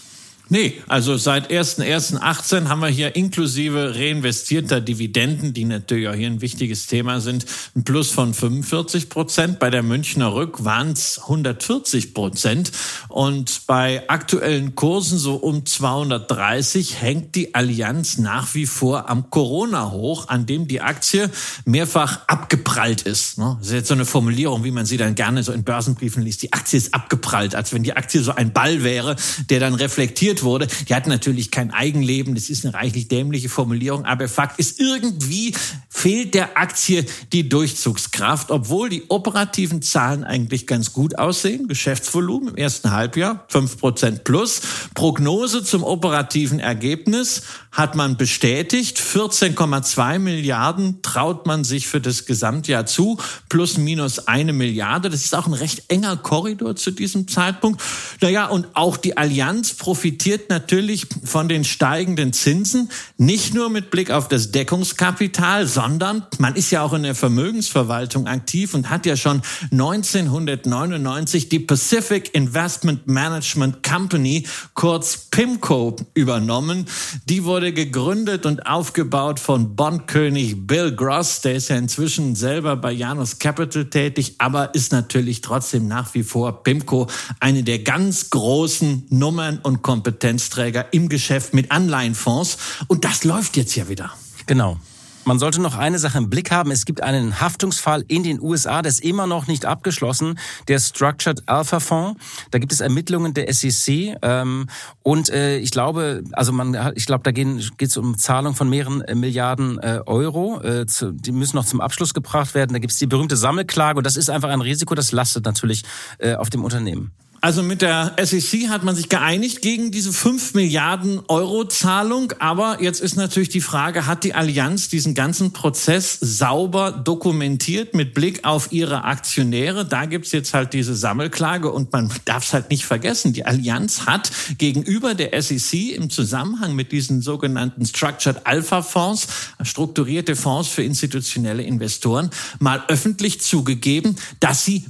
Nee, also seit 1.1.18 haben wir hier inklusive reinvestierter Dividenden, die natürlich auch hier ein wichtiges Thema sind, ein Plus von 45%. Bei der Münchner Rück waren es 140%. Und bei aktuellen Kursen so um 230 hängt die Allianz nach wie vor am Corona-Hoch, an dem die Aktie mehrfach abgeprallt ist. Das ist jetzt so eine Formulierung, wie man sie dann gerne so in Börsenbriefen liest. Die Aktie ist abgeprallt, als wenn die Aktie so ein Ball wäre, der dann reflektiert wurde. Die hat natürlich kein Eigenleben, das ist eine reichlich dämliche Formulierung, aber Fakt ist, irgendwie fehlt der Aktie die Durchzugskraft, obwohl die operativen Zahlen eigentlich ganz gut aussehen. Geschäftsvolumen im ersten Halbjahr 5% plus. Prognose zum operativen Ergebnis hat man bestätigt. 14,2 Milliarden traut man sich für das Gesamtjahr zu, plus minus 1 Milliarde. Das ist auch ein recht enger Korridor zu diesem Zeitpunkt. Naja, und auch die Allianz profitiert natürlich von den steigenden Zinsen, nicht nur mit Blick auf das Deckungskapital, sondern man ist ja auch in der Vermögensverwaltung aktiv und hat ja schon 1999 die Pacific Investment Management Company, kurz PIMCO, übernommen. Die wurde gegründet und aufgebaut von Bondkönig Bill Gross, der ist ja inzwischen selber bei Janus Capital tätig, aber ist natürlich trotzdem nach wie vor PIMCO eine der ganz großen Nummern und Kompetenzträger im Geschäft mit Anleihenfonds. Und das läuft jetzt ja wieder. Genau. Man sollte noch eine Sache im Blick haben. Es gibt einen Haftungsfall in den USA, der ist immer noch nicht abgeschlossen, der Structured Alpha Fonds. Da gibt es Ermittlungen der SEC. Ich glaube, da geht es um Zahlung von mehreren Milliarden Euro. Die müssen noch zum Abschluss gebracht werden. Da gibt es die berühmte Sammelklage und das ist einfach ein Risiko, das lastet natürlich auf dem Unternehmen. Also mit der SEC hat man sich geeinigt gegen diese 5 Milliarden Euro Zahlung. Aber jetzt ist natürlich die Frage, hat die Allianz diesen ganzen Prozess sauber dokumentiert mit Blick auf ihre Aktionäre? Da gibt's jetzt halt diese Sammelklage und man darf es halt nicht vergessen. Die Allianz hat gegenüber der SEC im Zusammenhang mit diesen sogenannten Structured Alpha Fonds, strukturierte Fonds für institutionelle Investoren, mal öffentlich zugegeben, dass sie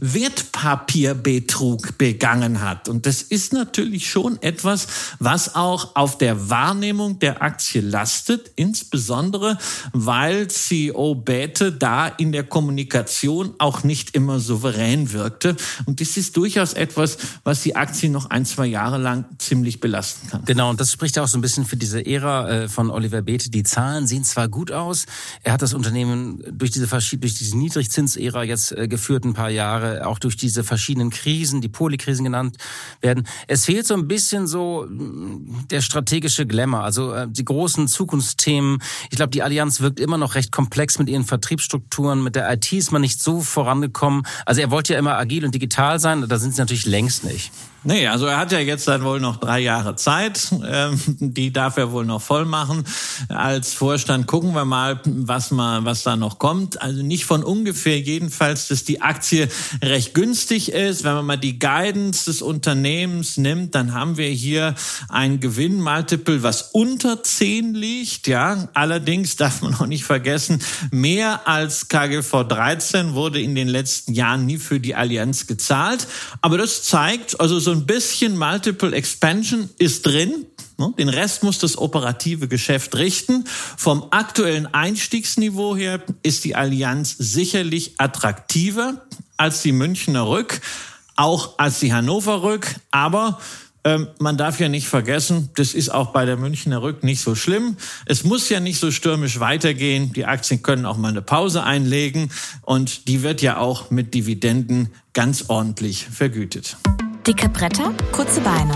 Wertpapierbetrug begangen hat. Und das ist natürlich schon etwas, was auch auf der Wahrnehmung der Aktie lastet, insbesondere weil CEO Bäte da in der Kommunikation auch nicht immer souverän wirkte. Und das ist durchaus etwas, was die Aktie noch 1-2 Jahre lang ziemlich belasten kann. Genau, und das spricht auch so ein bisschen für diese Ära von Oliver Bäte. Die Zahlen sehen zwar gut aus, er hat das Unternehmen durch diese Niedrigzinsära jetzt geführt ein paar Jahre, auch durch diese verschiedenen Krisen, die Polykrisen genannt werden. Es fehlt so ein bisschen so der strategische Glamour, also die großen Zukunftsthemen. Ich glaube, die Allianz wirkt immer noch recht komplex mit ihren Vertriebsstrukturen. Mit der IT ist man nicht so vorangekommen. Also er wollte ja immer agil und digital sein, da sind sie natürlich längst nicht. Nee, also er hat ja jetzt dann wohl noch 3 Jahre Zeit. Die darf er wohl noch voll machen. Als Vorstand gucken wir mal, was da noch kommt. Also nicht von ungefähr jedenfalls, dass die Aktie recht günstig ist. Wenn man mal die Guidance des Unternehmens nimmt, dann haben wir hier ein Gewinnmultiple, was unter 10 liegt. Ja, allerdings darf man auch nicht vergessen, mehr als KGV 13 wurde in den letzten Jahren nie für die Allianz gezahlt. Aber das zeigt, also so ein bisschen Multiple Expansion ist drin. Den Rest muss das operative Geschäft richten. Vom aktuellen Einstiegsniveau her ist die Allianz sicherlich attraktiver als die Münchner Rück, auch als die Hannover Rück. Aber man darf ja nicht vergessen, das ist auch bei der Münchner Rück nicht so schlimm. Es muss ja nicht so stürmisch weitergehen. Die Aktien können auch mal eine Pause einlegen. Und die wird ja auch mit Dividenden ganz ordentlich vergütet. Dicke Bretter, kurze Beine.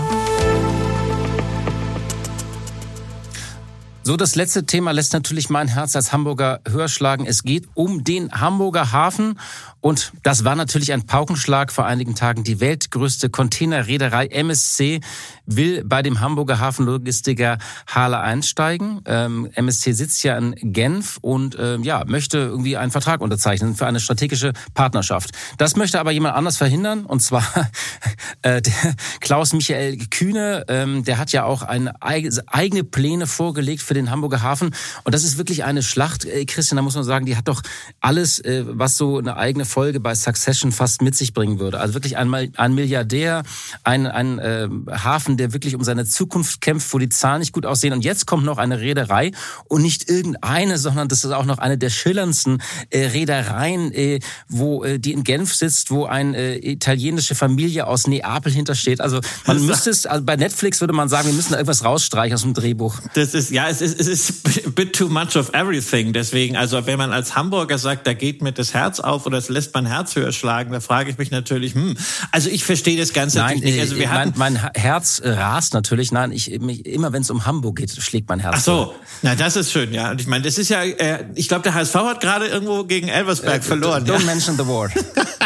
So, das letzte Thema lässt natürlich mein Herz als Hamburger höher schlagen. Es geht um den Hamburger Hafen. Und das war natürlich ein Paukenschlag vor einigen Tagen. Die weltgrößte Containerreederei MSC will bei dem Hamburger Hafenlogistiker HHLA einsteigen. MSC sitzt ja in Genf und möchte irgendwie einen Vertrag unterzeichnen für eine strategische Partnerschaft. Das möchte aber jemand anders verhindern, und zwar der Klaus-Michael Kühne. Der hat ja auch eigene Pläne vorgelegt für den Hamburger Hafen. Und das ist wirklich eine Schlacht, Christian, da muss man sagen, die hat doch alles, was so eine eigene Folge bei Succession fast mit sich bringen würde. Also wirklich ein Milliardär, ein Hafen, der wirklich um seine Zukunft kämpft, wo die Zahlen nicht gut aussehen. Und jetzt kommt noch eine Reederei und nicht irgendeine, sondern das ist auch noch eine der schillerndsten Reedereien, wo die in Genf sitzt, wo eine italienische Familie aus Neapel hintersteht. Also man müsste es, also bei Netflix würde man sagen, wir müssen da irgendwas rausstreichen aus dem Drehbuch. Das ist, ja, es ist a bit too much of everything. Deswegen, also wenn man als Hamburger sagt, da geht mir das Herz auf oder es lässt mein Herz höher schlagen, da frage ich mich natürlich, also ich verstehe das Ganze nicht. Also mein Herz rast natürlich. Nein, immer wenn es um Hamburg geht, schlägt mein Herz. Ach so, na das ist schön, ja. Und ich meine, das ist ja, ich glaube, der HSV hat gerade irgendwo gegen Elversberg verloren. Don't mention the war.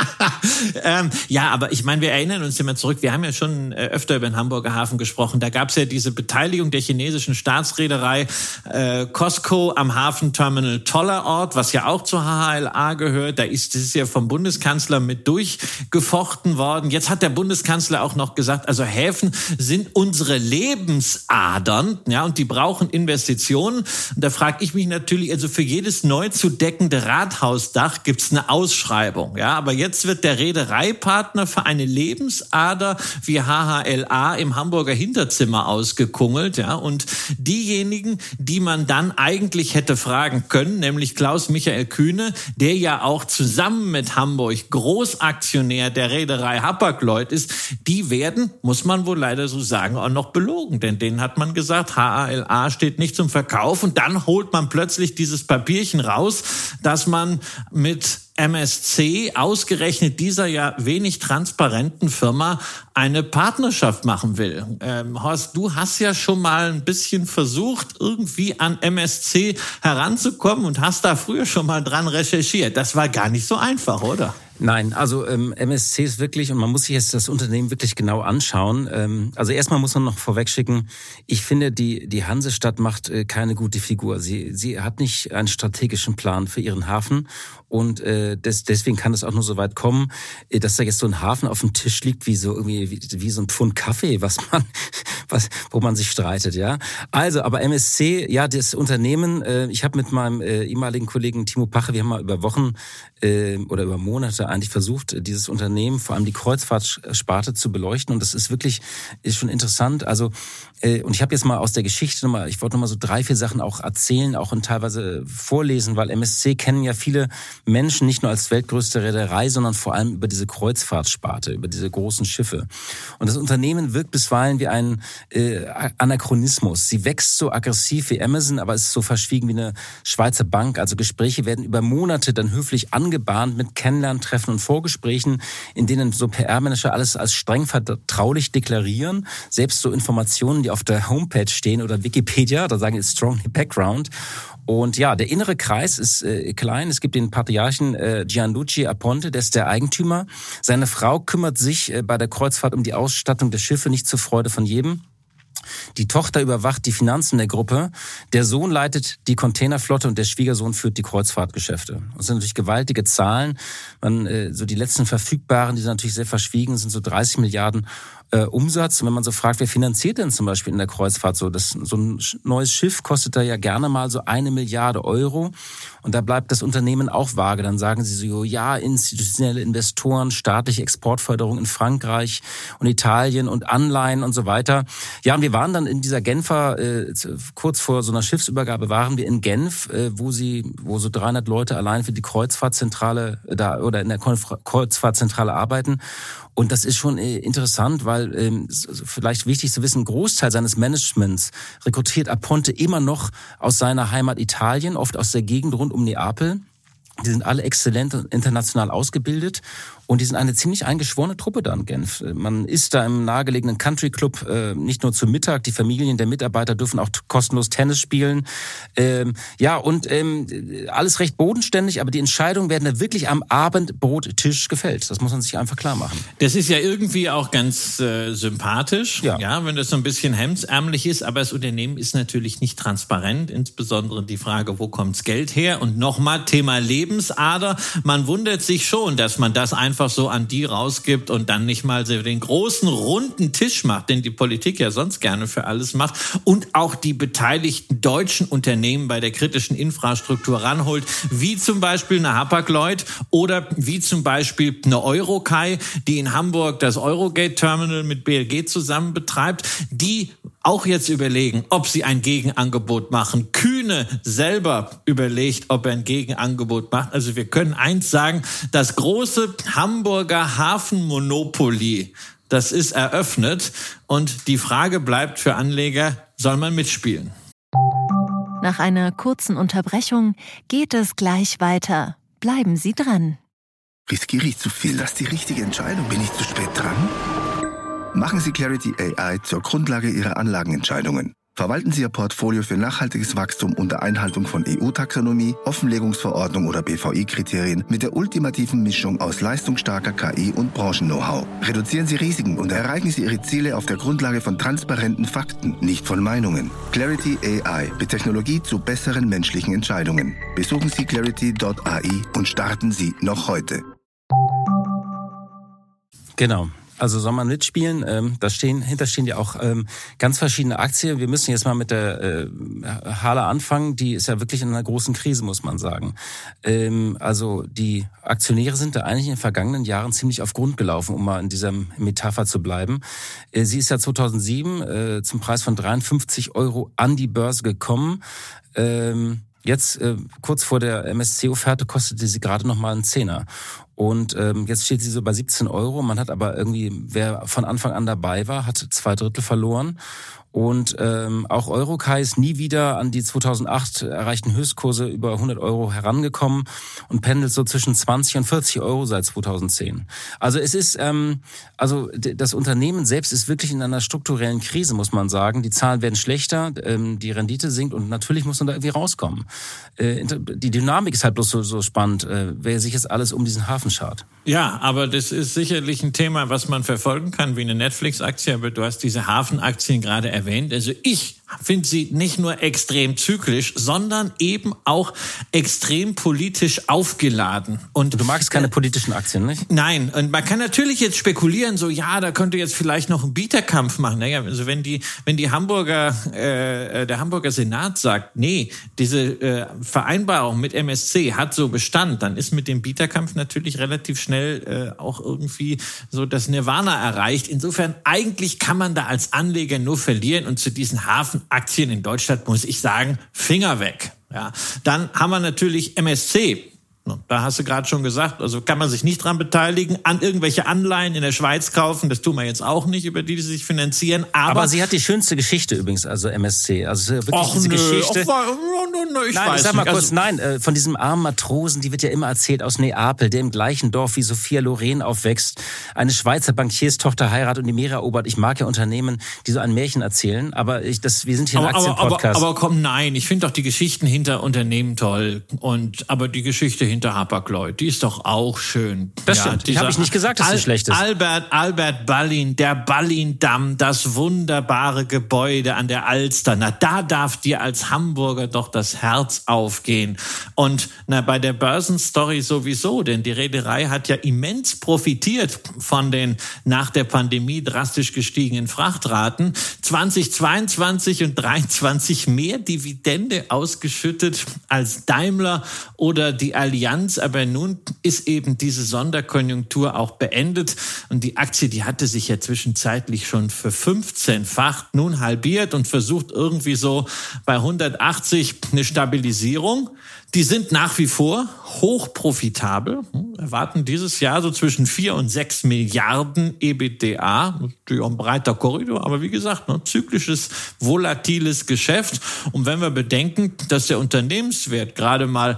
Ja, aber ich meine, wir erinnern uns immer zurück, wir haben ja schon öfter über den Hamburger Hafen gesprochen. Da gab es ja diese Beteiligung der chinesischen Staatsreederei COSCO am Hafenterminal Tollerort, was ja auch zur HHLA gehört. Das ist ja vom Bundeskanzler mit durchgefochten worden. Jetzt hat der Bundeskanzler auch noch gesagt, also Häfen sind unsere Lebensadern, ja, und die brauchen Investitionen. Und da frage ich mich natürlich, also für jedes neu zu deckende Rathausdach gibt's eine Ausschreibung, ja, aber jetzt wird der Reedereipartner für eine Lebensader wie HHLA im Hamburger Hinterzimmer ausgekungelt, ja, und diejenigen, die man dann eigentlich hätte fragen können, nämlich Klaus-Michael Kühne, der ja auch zusammen mit Hamburg Großaktionär der Reederei Hapag-Lloyd ist, die werden, muss man wohl leider so sagen, auch noch belogen, denn denen hat man gesagt, HHLA steht nicht zum Verkauf und dann holt man plötzlich dieses Papierchen raus, dass man mit MSC, ausgerechnet dieser ja wenig transparenten Firma, eine Partnerschaft machen will. Horst, du hast ja schon mal ein bisschen versucht, irgendwie an MSC heranzukommen und hast da früher schon mal dran recherchiert. Das war gar nicht so einfach, oder? Nein, also MSC ist wirklich, und man muss sich jetzt das Unternehmen wirklich genau anschauen. Also erstmal muss man noch vorwegschicken, ich finde, die Hansestadt macht keine gute Figur. Sie hat nicht einen strategischen Plan für ihren Hafen und deswegen kann es auch nur so weit kommen, dass da jetzt so ein Hafen auf dem Tisch liegt, wie so ein Pfund Kaffee, wo man sich streitet, ja. Also, aber MSC, ja, das Unternehmen, ich habe mit meinem ehemaligen Kollegen Timo Pache, wir haben mal über Wochen oder über Monate eigentlich versucht, dieses Unternehmen, vor allem die Kreuzfahrtsparte, zu beleuchten. Und das ist schon interessant. Also, und ich habe jetzt mal aus der Geschichte ich wollte noch mal so 3-4 Sachen auch erzählen, auch und teilweise vorlesen, weil MSC kennen ja viele Menschen nicht nur als weltgrößte Reederei, sondern vor allem über diese Kreuzfahrtsparte, über diese großen Schiffe. Und das Unternehmen wirkt bisweilen wie ein Anachronismus. Sie wächst so aggressiv wie Amazon, aber ist so verschwiegen wie eine Schweizer Bank. Also Gespräche werden über Monate dann höflich angebahnt mit Kennenlerntreffen und Vorgesprächen, in denen so PR-Manager alles als streng vertraulich deklarieren. Selbst so Informationen, die auf der Homepage stehen oder Wikipedia, da sagen it's strong background. Und ja, der innere Kreis ist klein. Es gibt den Patriarchen Gianluigi Aponte, der ist der Eigentümer. Seine Frau kümmert sich bei der Kreuzfahrt um die Ausstattung der Schiffe, nicht zur Freude von jedem. Die Tochter überwacht die Finanzen der Gruppe, der Sohn leitet die Containerflotte und der Schwiegersohn führt die Kreuzfahrtgeschäfte. Das sind natürlich gewaltige Zahlen. So die letzten verfügbaren, die sind natürlich sehr verschwiegen, sind so 30 Milliarden Umsatz. Und wenn man so fragt, wer finanziert denn zum Beispiel in der Kreuzfahrt so ein neues Schiff kostet da ja gerne mal so 1 Milliarde Euro. Und da bleibt das Unternehmen auch vage. Dann sagen sie so, ja, institutionelle Investoren, staatliche Exportförderung in Frankreich und Italien und Anleihen und so weiter. Ja, und wir waren dann in dieser Genfer, kurz vor so einer Schiffsübergabe waren wir in Genf, wo so 300 Leute allein für die Kreuzfahrtzentrale da oder in der Kreuzfahrtzentrale arbeiten. Und das ist schon interessant, weil vielleicht wichtig zu wissen, ein Großteil seines Managements rekrutiert Aponte immer noch aus seiner Heimat Italien, oft aus der Gegend rund um Neapel. Die sind alle exzellent und international ausgebildet und die sind eine ziemlich eingeschworene Truppe da in Genf. Man isst da im nahegelegenen Country Club nicht nur zu Mittag, die Familien der Mitarbeiter dürfen auch kostenlos Tennis spielen. Alles recht bodenständig, aber die Entscheidungen werden da wirklich am Abendbrottisch gefällt. Das muss man sich einfach klar machen. Das ist ja irgendwie auch ganz sympathisch, ja, wenn das so ein bisschen hemdsärmlich ist, aber das Unternehmen ist natürlich nicht transparent, insbesondere die Frage, wo kommt's Geld her? Und nochmal Thema Lebensader. Man wundert sich schon, dass man das einfach einfach so an die rausgibt und dann nicht mal so den großen runden Tisch macht, den die Politik ja sonst gerne für alles macht, und auch die beteiligten deutschen Unternehmen bei der kritischen Infrastruktur ranholt, wie zum Beispiel eine Hapag-Lloyd oder wie zum Beispiel eine Eurokai, die in Hamburg das Eurogate-Terminal mit BLG zusammen betreibt, die auch jetzt überlegen, ob sie ein Gegenangebot machen. Kühne selber überlegt, ob er ein Gegenangebot macht. Also wir können eins sagen, das große Hamburger Hafenmonopoly, das ist eröffnet. Und die Frage bleibt für Anleger, soll man mitspielen? Nach einer kurzen Unterbrechung geht es gleich weiter. Bleiben Sie dran. Riskiere ich zu viel? Das ist die richtige Entscheidung. Bin ich zu spät dran? Machen Sie Clarity AI zur Grundlage Ihrer Anlagenentscheidungen. Verwalten Sie Ihr Portfolio für nachhaltiges Wachstum unter Einhaltung von EU-Taxonomie, Offenlegungsverordnung oder BVI-Kriterien mit der ultimativen Mischung aus leistungsstarker KI und Branchen-Know-how. Reduzieren Sie Risiken und erreichen Sie Ihre Ziele auf der Grundlage von transparenten Fakten, nicht von Meinungen. Clarity AI mit Technologie zu besseren menschlichen Entscheidungen. Besuchen Sie clarity.ai und starten Sie noch heute. Genau. Also soll man mitspielen? Hinter stehen ja auch ganz verschiedene Aktien. Wir müssen jetzt mal mit der HHLA anfangen. Die ist ja wirklich in einer großen Krise, muss man sagen. Also die Aktionäre sind da eigentlich in den vergangenen Jahren ziemlich auf Grund gelaufen, um mal in dieser Metapher zu bleiben. Sie ist ja 2007 zum Preis von 53 € an die Börse gekommen. Jetzt, kurz vor der MSC-Offerte, kostete sie gerade noch mal einen Zehner. Und jetzt steht sie so bei 17 €. Man hat aber irgendwie, wer von Anfang an dabei war, hat 2/3 verloren. Und auch Eurokai ist nie wieder an die 2008 erreichten Höchstkurse über 100 € herangekommen und pendelt so zwischen 20 und 40 € seit 2010. Also es ist, das Unternehmen selbst ist wirklich in einer strukturellen Krise, muss man sagen. Die Zahlen werden schlechter, die Rendite sinkt und natürlich muss man da irgendwie rauskommen. Die Dynamik ist halt bloß so spannend, wer sich jetzt alles um diesen Hafen schart. Ja, aber das ist sicherlich ein Thema, was man verfolgen kann, wie eine Netflix-Aktie. Aber du hast diese Hafenaktien gerade erwähnt. Also ich finde sie nicht nur extrem zyklisch, sondern eben auch extrem politisch aufgeladen. Und du magst keine politischen Aktien, nicht? Nein. Und man kann natürlich jetzt spekulieren, so ja, da könnte jetzt vielleicht noch ein Bieterkampf machen. Naja, also wenn die Hamburger, der Hamburger Senat sagt, nee, diese Vereinbarung mit MSC hat so Bestand, dann ist mit dem Bieterkampf natürlich relativ schnell auch irgendwie so das Nirvana erreicht. Insofern eigentlich kann man da als Anleger nur verlieren und zu diesen Hafenaktien in Deutschland muss ich sagen, Finger weg. Ja, dann haben wir natürlich MSC. Da hast du gerade schon gesagt, also kann man sich nicht dran beteiligen, an irgendwelche Anleihen in der Schweiz kaufen, das tun wir jetzt auch nicht, über die sich finanzieren. Aber sie hat die schönste Geschichte übrigens, also MSC. Also wirklich diese Geschichte. Ich sag mal kurz, von diesem armen Matrosen, die wird ja immer erzählt aus Neapel, der im gleichen Dorf wie Sophia Loren aufwächst, eine Schweizer Bankierstochter heiratet und die Meere erobert. Ich mag ja Unternehmen, die so ein Märchen erzählen, aber wir sind hier ein Aktienpodcast. Aber komm, nein, ich finde doch die Geschichten hinter Unternehmen toll. Aber die Geschichte hinter Hapag-Lloyd, die ist doch auch schön. Das stimmt, die habe ich nicht gesagt, dass sie schlecht ist. Albert Ballin, der Ballindamm, das wunderbare Gebäude an der Alster. Na, da darf dir als Hamburger doch das Herz aufgehen. Und bei der Börsenstory sowieso, denn die Reederei hat ja immens profitiert von den nach der Pandemie drastisch gestiegenen Frachtraten. 2022 und 2023 mehr Dividende ausgeschüttet als Daimler oder die Allianz. Aber nun ist eben diese Sonderkonjunktur auch beendet. Und die Aktie, die hatte sich ja zwischenzeitlich schon ver-15-facht, nun halbiert und versucht irgendwie so bei 180 eine Stabilisierung. Die sind nach wie vor hoch profitabel, erwarten dieses Jahr so zwischen 4 und 6 Milliarden EBITDA. Natürlich auch ein breiter Korridor, aber wie gesagt, zyklisches, volatiles Geschäft. Und wenn wir bedenken, dass der Unternehmenswert gerade mal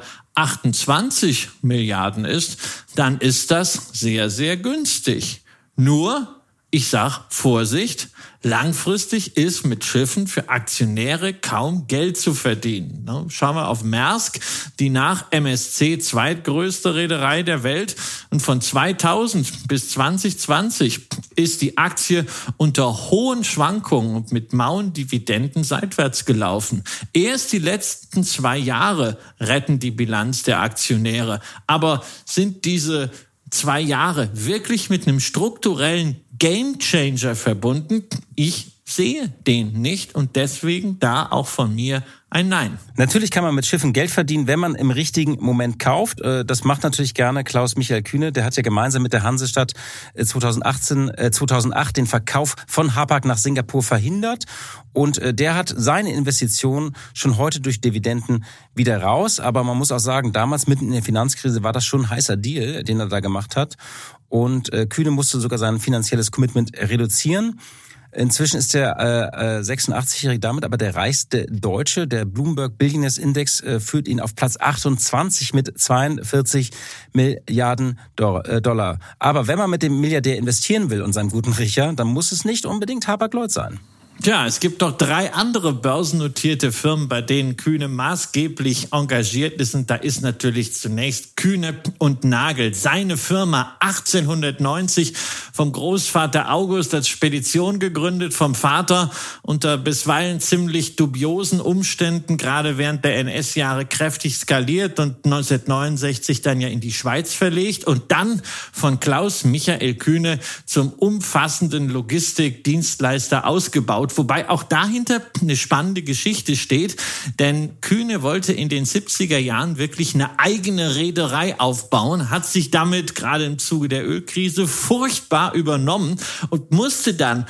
28 Milliarden ist, dann ist das sehr, sehr günstig. Nur, ich sag Vorsicht, langfristig ist mit Schiffen für Aktionäre kaum Geld zu verdienen. Schauen wir auf Maersk, die nach MSC zweitgrößte Reederei der Welt. Und von 2000 bis 2020 ist die Aktie unter hohen Schwankungen und mit mauen Dividenden seitwärts gelaufen. Erst die letzten 2 Jahre retten die Bilanz der Aktionäre. Aber sind diese 2 Jahre wirklich mit einem strukturellen Gamechanger verbunden? Ich sehe den nicht und deswegen da auch von mir ein Nein. Natürlich kann man mit Schiffen Geld verdienen, wenn man im richtigen Moment kauft. Das macht natürlich gerne Klaus-Michael Kühne. Der hat ja gemeinsam mit der Hansestadt 2008 den Verkauf von Hapag nach Singapur verhindert. Und der hat seine Investitionen schon heute durch Dividenden wieder raus. Aber man muss auch sagen, damals mitten in der Finanzkrise war das schon ein heißer Deal, den er da gemacht hat. Und Kühne musste sogar sein finanzielles Commitment reduzieren. Inzwischen ist der 86-Jährige damit aber der reichste Deutsche. Der Bloomberg Billionaires Index führt ihn auf Platz 28 mit 42 Milliarden Dollar. Aber wenn man mit dem Milliardär investieren will und seinem guten Riecher, dann muss es nicht unbedingt Hapag-Lloyd sein. Tja, es gibt noch 3 andere börsennotierte Firmen, bei denen Kühne maßgeblich engagiert ist. Und da ist natürlich zunächst Kühne und Nagel. Seine Firma 1890 vom Großvater August als Spedition gegründet, vom Vater unter bisweilen ziemlich dubiosen Umständen, gerade während der NS-Jahre kräftig skaliert und 1969 dann ja in die Schweiz verlegt und dann von Klaus-Michael Kühne zum umfassenden Logistikdienstleister ausgebaut. Wobei auch dahinter eine spannende Geschichte steht, denn Kühne wollte in den 70er Jahren wirklich eine eigene Reederei aufbauen, hat sich damit gerade im Zuge der Ölkrise furchtbar übernommen und musste dann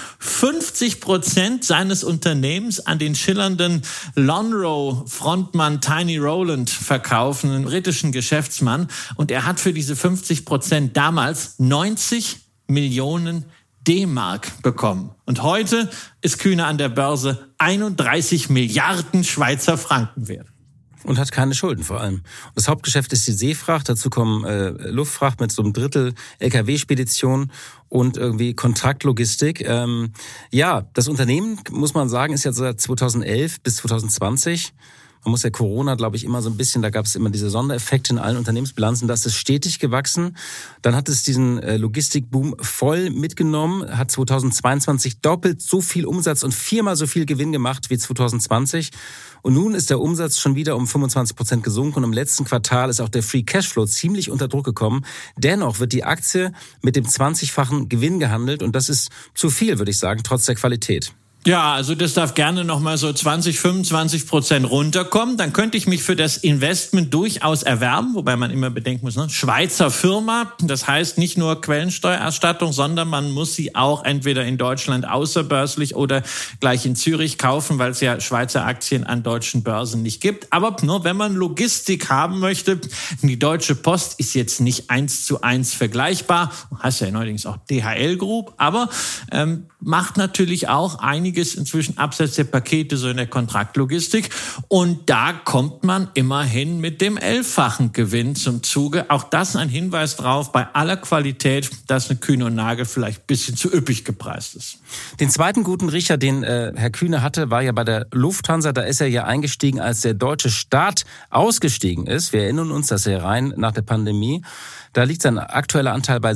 50% seines Unternehmens an den schillernden Lonrho-Frontmann Tiny Rowland verkaufen, einen britischen Geschäftsmann. Und er hat für diese 50% damals 90 Millionen D-Mark bekommen. Und heute ist Kühne an der Börse 31 Milliarden Schweizer Franken wert. Und hat keine Schulden vor allem. Das Hauptgeschäft ist die Seefracht, dazu kommen Luftfracht mit so einem Drittel LKW-Spedition und irgendwie Kontraktlogistik. Das Unternehmen, muss man sagen, ist ja seit 2011 bis 2020. Man muss ja Corona, glaube ich, immer so ein bisschen, da gab es immer diese Sondereffekte in allen Unternehmensbilanzen, das ist stetig gewachsen. Dann hat es diesen Logistikboom voll mitgenommen, hat 2022 doppelt so viel Umsatz und 4-mal so viel Gewinn gemacht wie 2020. Und nun ist der Umsatz schon wieder um 25% gesunken und im letzten Quartal ist auch der Free Cashflow ziemlich unter Druck gekommen. Dennoch wird die Aktie mit dem 20-fachen Gewinn gehandelt und das ist zu viel, würde ich sagen, trotz der Qualität. Ja, also das darf gerne noch mal so 20-25% runterkommen. Dann könnte ich mich für das Investment durchaus erwerben, wobei man immer bedenken muss, ne? Schweizer Firma, das heißt nicht nur Quellensteuererstattung, sondern man muss sie auch entweder in Deutschland außerbörslich oder gleich in Zürich kaufen, weil es ja Schweizer Aktien an deutschen Börsen nicht gibt. Aber nur wenn man Logistik haben möchte, die Deutsche Post ist jetzt nicht 1:1 vergleichbar, heißt ja neuerdings auch DHL Group, aber macht natürlich auch einiges inzwischen abseits der Pakete, so in der Kontraktlogistik. Und da kommt man immerhin mit dem 11-fachen Gewinn zum Zuge. Auch das ein Hinweis drauf, bei aller Qualität, dass eine Kühne und Nagel vielleicht ein bisschen zu üppig gepreist ist. Den zweiten guten Riecher, den Herr Kühne hatte, war ja bei der Lufthansa. Da ist er ja eingestiegen, als der deutsche Staat ausgestiegen ist. Wir erinnern uns, dass er rein nach der Pandemie. Da liegt sein aktueller Anteil bei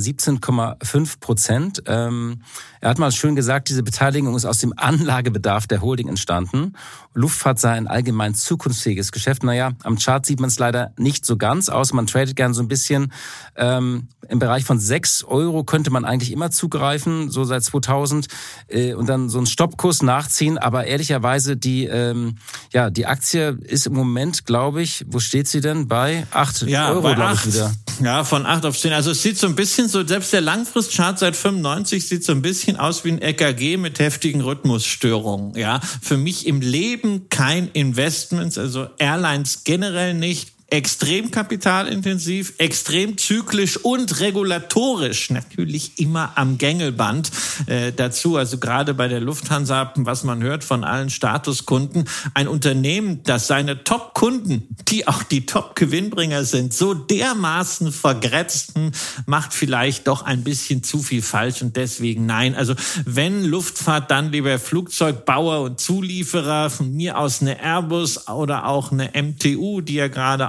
17,5%. Er hat mal schön gesagt, diese Beteiligung ist aus dem Anlagebedarf der Holding entstanden. Luftfahrt sei ein allgemein zukunftsfähiges Geschäft. Naja, am Chart sieht man es leider nicht so ganz aus. Man tradet gern so ein bisschen. Im Bereich von 6 Euro könnte man eigentlich immer zugreifen, so seit 2000. Und dann so einen Stoppkurs nachziehen. Aber ehrlicherweise, die Aktie ist im Moment, glaube ich, wo steht sie denn? Bei 8 Euro, glaube ich, wieder. Ja, von 8 auf 10. Also es sieht so ein bisschen so, selbst der Langfristchart seit 95 sieht so ein bisschen aus wie ein EKG mit heftigen Rhythmusstörungen. Ja, für mich im Leben kein Investment, also Airlines generell nicht. Extrem kapitalintensiv, extrem zyklisch und regulatorisch natürlich immer am Gängelband dazu. Also gerade bei der Lufthansa, was man hört von allen Statuskunden, ein Unternehmen, das seine Top-Kunden, die auch die Top-Gewinnbringer sind, so dermaßen vergrätzten, macht vielleicht doch ein bisschen zu viel falsch und deswegen nein. Also wenn Luftfahrt, dann lieber Flugzeugbauer und Zulieferer, von mir aus eine Airbus oder auch eine MTU, die ja gerade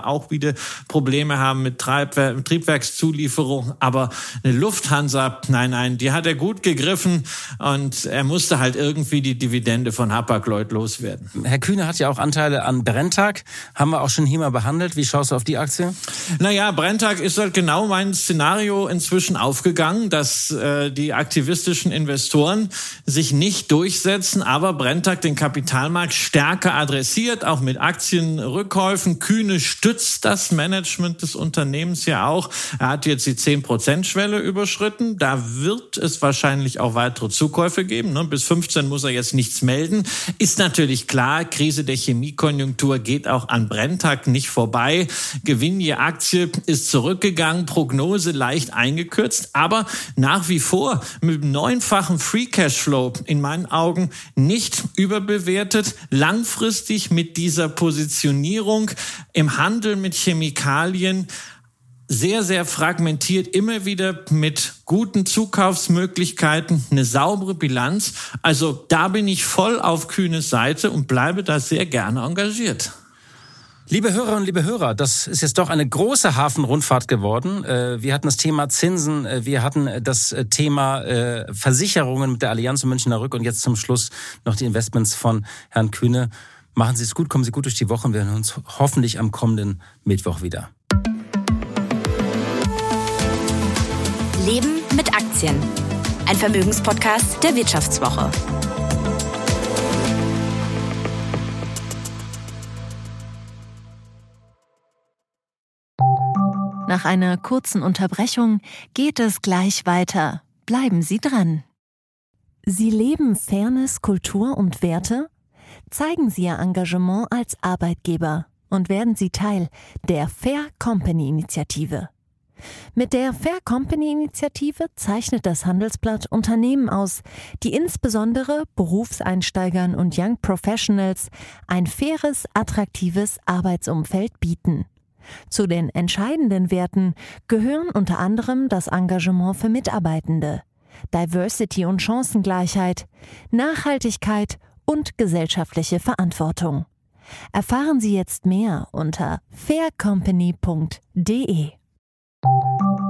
auch wieder Probleme haben mit Triebwerkszulieferung. Aber eine Lufthansa, nein, die hat er gut gegriffen und er musste halt irgendwie die Dividende von Hapag-Lloyd loswerden. Herr Kühne hat ja auch Anteile an Brenntag. Haben wir auch schon hier mal behandelt. Wie schaust du auf die Aktie? Naja, Brenntag ist halt genau mein Szenario inzwischen aufgegangen, dass die aktivistischen Investoren sich nicht durchsetzen, aber Brenntag den Kapitalmarkt stärker adressiert, auch mit Aktienrückkäufen. Kühne stützt das Management des Unternehmens ja auch. Er hat jetzt die 10%-Schwelle überschritten. Da wird es wahrscheinlich auch weitere Zukäufe geben. Bis 15 muss er jetzt nichts melden. Ist natürlich klar, Krise der Chemiekonjunktur geht auch an Brenntag nicht vorbei. Gewinn je Aktie ist zurückgegangen, Prognose leicht eingekürzt, aber nach wie vor mit 9-fachen Free Cashflow in meinen Augen nicht überbewertet. Langfristig mit dieser Positionierung im Handel mit Chemikalien sehr, sehr fragmentiert, immer wieder mit guten Zukaufsmöglichkeiten, eine saubere Bilanz. Also da bin ich voll auf Kühnes Seite und bleibe da sehr gerne engagiert. Liebe Hörerinnen und liebe Hörer, das ist jetzt doch eine große Hafenrundfahrt geworden. Wir hatten das Thema Zinsen, wir hatten das Thema Versicherungen mit der Allianz und Münchner Rück und jetzt zum Schluss noch die Investments von Herrn Kühne. Machen Sie es gut, kommen Sie gut durch die Woche und wir hören uns hoffentlich am kommenden Mittwoch wieder. Leben mit Aktien. Ein Vermögenspodcast der Wirtschaftswoche. Nach einer kurzen Unterbrechung geht es gleich weiter. Bleiben Sie dran. Sie leben Fairness, Kultur und Werte? Zeigen Sie Ihr Engagement als Arbeitgeber und werden Sie Teil der Fair Company Initiative. Mit der Fair Company Initiative zeichnet das Handelsblatt Unternehmen aus, die insbesondere Berufseinsteigern und Young Professionals ein faires, attraktives Arbeitsumfeld bieten. Zu den entscheidenden Werten gehören unter anderem das Engagement für Mitarbeitende, Diversity und Chancengleichheit, Nachhaltigkeit und gesellschaftliche Verantwortung. Erfahren Sie jetzt mehr unter faircompany.de.